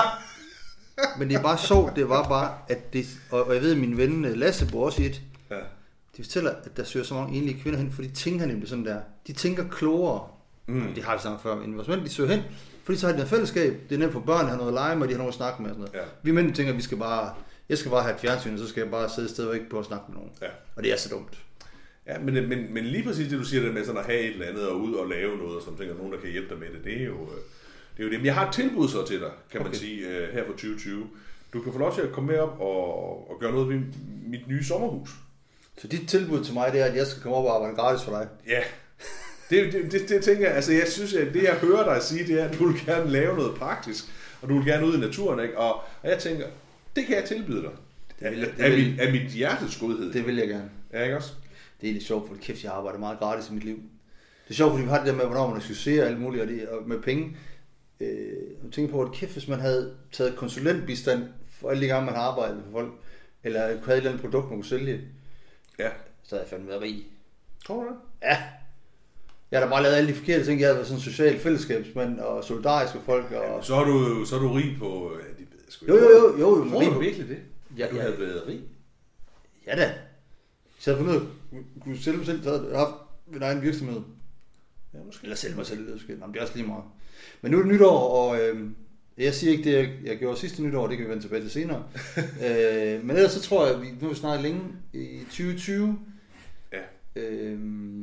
men det er bare sjovt, det var bare, at det, og, og jeg ved, at min ven Lasse bor også i et, ja. De fortæller, at der søger så mange enlige kvinder hen, for de tænker nemlig sådan der, de tænker klogere, mm. det har vi sagt før, end vores mænd, de søger hen, fordi så har de noget fællesskab, det er nemt for børn at have noget at lege med, de har noget at snakke med og sådan noget. Ja. Vi mænd tænker, at vi skal bare, jeg skal bare have et fjernsyn, og så skal jeg bare sidde et sted og ikke på at snakke med nogen. Ja. Og det er så dumt. Ja, men, men, men lige præcis det, du siger, det med sådan at have et eller andet og ud og lave noget, og som tænker, nogen, der kan hjælpe dig med det, det er jo det. Er jo det. Men jeg har et tilbud så til dig, kan man okay. sige, her for tyve tyve. Du kan få lov til at komme med op og, og gøre noget ved mit nye sommerhus. Så dit tilbud til mig, det er, at jeg skal komme op og arbejde gratis for dig? Ja, det, det, det, det tænker jeg. Altså, jeg synes, at det, jeg hører dig sige, det er, at du vil gerne lave noget praktisk, og du vil gerne ud i naturen, ikke? Og, og jeg tænker, det kan jeg tilbyde dig. Det vil, det er, vil, mit, er mit hjertes godhed. Det vil jeg gerne. Ja, ikke også? Det er lidt sjovt, for kæft, jeg arbejder meget gratis i mit liv. Det er sjovt, fordi vi har det der med, hvornår man er succes og alt muligt, og, det, og med penge. Øh, jeg tænker på, at kæft, hvis man havde taget konsulentbistand for alle de gange, man har arbejdet for folk, eller havde et eller andet produkt, man kunne sælge, ja. Så havde jeg fandme været rig. Tror du det? Ja. Jeg har da bare lavet alle de forkerte ting. Jeg har været sådan en social fællesskabsmand og solidarisk med folk. Og... Ja, så, er du, så er du rig på... Ja, de ved sgu jo, jo, jo. jo, jo tror du virkelig det? Ja, du ja. havde været rig? Ja da. Hvis jeg havde fundet ud af at kunne sælge mig selv, så havde jeg haft min egen virksomhed. Ja, måske. Eller sælge mig selv, det er, det er også lige meget. Men nu er det nytår, og øh, jeg siger ikke det, jeg, jeg gjorde sidste nytår, det kan vi vende tilbage til senere. øh, men ellers så tror jeg, at vi nu har vi snakket længe i tyve tyve. Ja. Øh,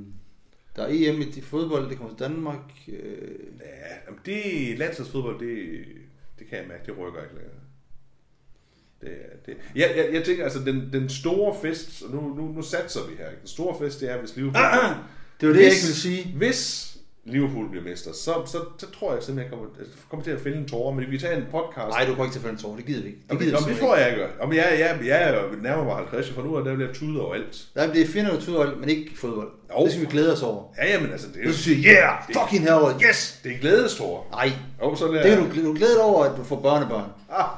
der er E M i fodbold, det kommer til Danmark. Øh... Ja, det landsholdsfodbold, det, det kan jeg mærke, det rykker ikke længere. Det, det. Ja, jeg, jeg tænker, altså den, den store fest, nu, nu, nu satser vi her, den store fest, det er, hvis Liverpool... Ah, ah, det var det, hvis, jeg ikke ville sige. Hvis Liverpool bliver mester, så, så, så tror jeg simpelthen, jeg kommer, jeg kommer til at fælde en tårer, men vi tager en podcast... Nej, du kommer ikke til at fælde en tårer, det gider vi ikke. Det, okay, gider jamen, det får jeg ikke. Om jeg, jeg, jeg er nærmere mig halvtreds, for nu er der bliver tude overalt. Nej, det er fint at tude overalt, men ikke fodbold. Jo. Det skal vi glæde os over. Ja, jamen altså... Det er jo... Du siger, yeah, fucking herovre, yes! Det er glædestårer. Nej, jo, så det kan du, du glæde over, at du får børnebørn.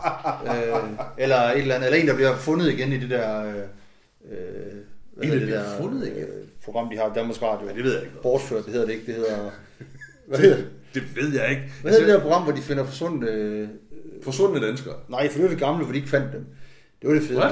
øh, eller et eller andet, eller en, der bliver fundet igen i det der... Øh, hvad en, der det bliver der, fundet igen? Øh, program, de har i Danmarks Radio. Ja, det ved jeg ikke. Bortført, det hedder det ikke, det hedder... Hvad hedder det? Det ved jeg ikke. Hvad hedder det der program, hvor de finder forsvundne... Øh... Forsvundne danskere? Nej, for det var det gamle, hvor de ikke fandt dem. Det var det fede program.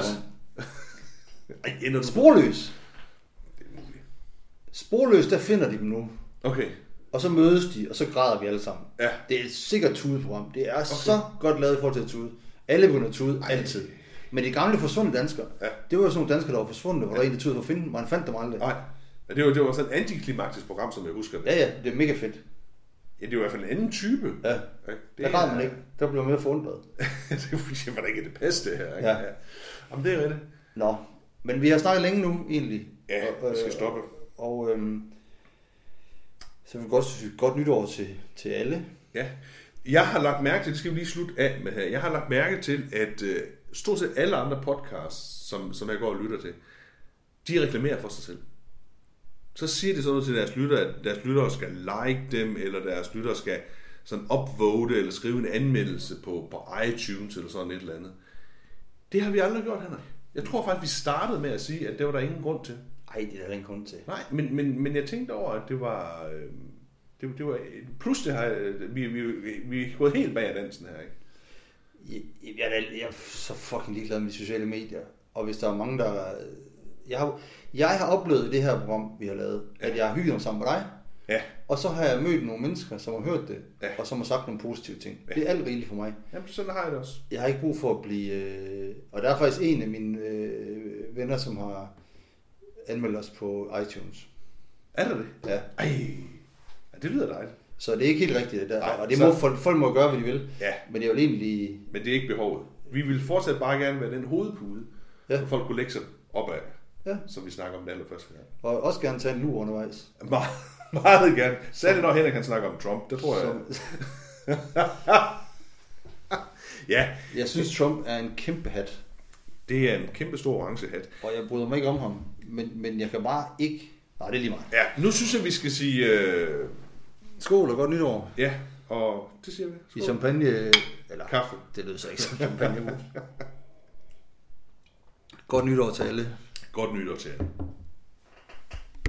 Sporløs. Det er muligt. Sporløs, der finder de dem nu. Okay. Og så mødes de, og så græder vi alle sammen. Ja. Det er et sikkert tudeprogram. Det er okay. Så godt lavet i forhold til at tude. Alle begynder at tude, Ej. altid. Men de gamle forsvundne danskere, ja. Det var jo sådan nogle danskere, der var forsvundne, hvor ja. Der en, der tudede for at finde dem, og han fandt dem aldrig. Nej. Ja, det var, det var sådan et antiklimaktisk program, som jeg husker det. Ja, ja, det er mega fedt. Ja, det er i hvert fald en anden type. Ja, det der græd man ikke. Der blev mere forundret. Det var da ikke det bedste her. Ikke? Ja. Ja. Jamen, det er rigtigt. Nå, men vi har snakket længe nu, egentlig. Ja, og, vi skal stoppe. Og, og øhm, så vil vi godt sige godt nytår til, til alle. Ja, jeg har lagt mærke til, det skal vi lige slutte af med her, jeg har lagt mærke til, at øh, stort set alle andre podcasts, som, som jeg går og lytter til, de reklamerer for sig selv. Så siger de sådan noget til deres lyttere, at deres lyttere skal like dem, eller deres lyttere skal, sådan upvote eller skrive en anmeldelse på, på iTunes eller sådan et eller andet. Det har vi aldrig gjort, Henrik. Jeg tror faktisk, vi startede med at sige, at det var der ingen grund til. Nej, det er der ingen grund til. Nej, men, men, men jeg tænkte over, at det var... Øh, det, det var pludselig har vi, vi, vi, vi er gået helt bag af dansen her, ikke? Jeg, jeg, er, jeg er så fucking ligeglad med de sociale medier. Og hvis der er mange, der... Jeg har, jeg har oplevet i det her program, vi har lavet, ja. at jeg har hygget mig sammen med dig. Ja. Og så har jeg mødt nogle mennesker, som har hørt det, ja. og som har sagt nogle positive ting. Ja. Det er alt rigeligt for mig. Jamen, sådan har jeg det også. Jeg har ikke brug for at blive... Øh... Og der er faktisk en af mine øh, venner, som har anmeldt os på iTunes. Er der det? Ja. Ej, ja, det lyder dejligt. Så det er ikke helt rigtigt, det der. Nej, og det så... må, folk, folk må gøre, hvad de vil. Ja. Men det er jo egentlig... Men det er ikke behovet. Vi vil fortsat bare gerne være den hovedpude, ja. så folk kunne lægge sig opad, ja. som vi snakker om den allerførste gang. Og også gerne tage en lur undervejs. Meget, meget gerne. Særligt når Henrik kan snakke om Trump, det tror jeg. Som... ja. Jeg synes, Trump er en kæmpe hat. Det er en kæmpe stor orange hat. Og jeg bryder mig ikke om ham, men, men jeg kan bare ikke... Nej, det er lige meget. Ja, nu synes jeg, vi skal sige... Øh... Skål og godt nytår. Ja, og det siger vi. Skål. I champagne... Eller kaffe. Det lød så ikke som champagne. Godt nytår til alle. Godt nytår til alle.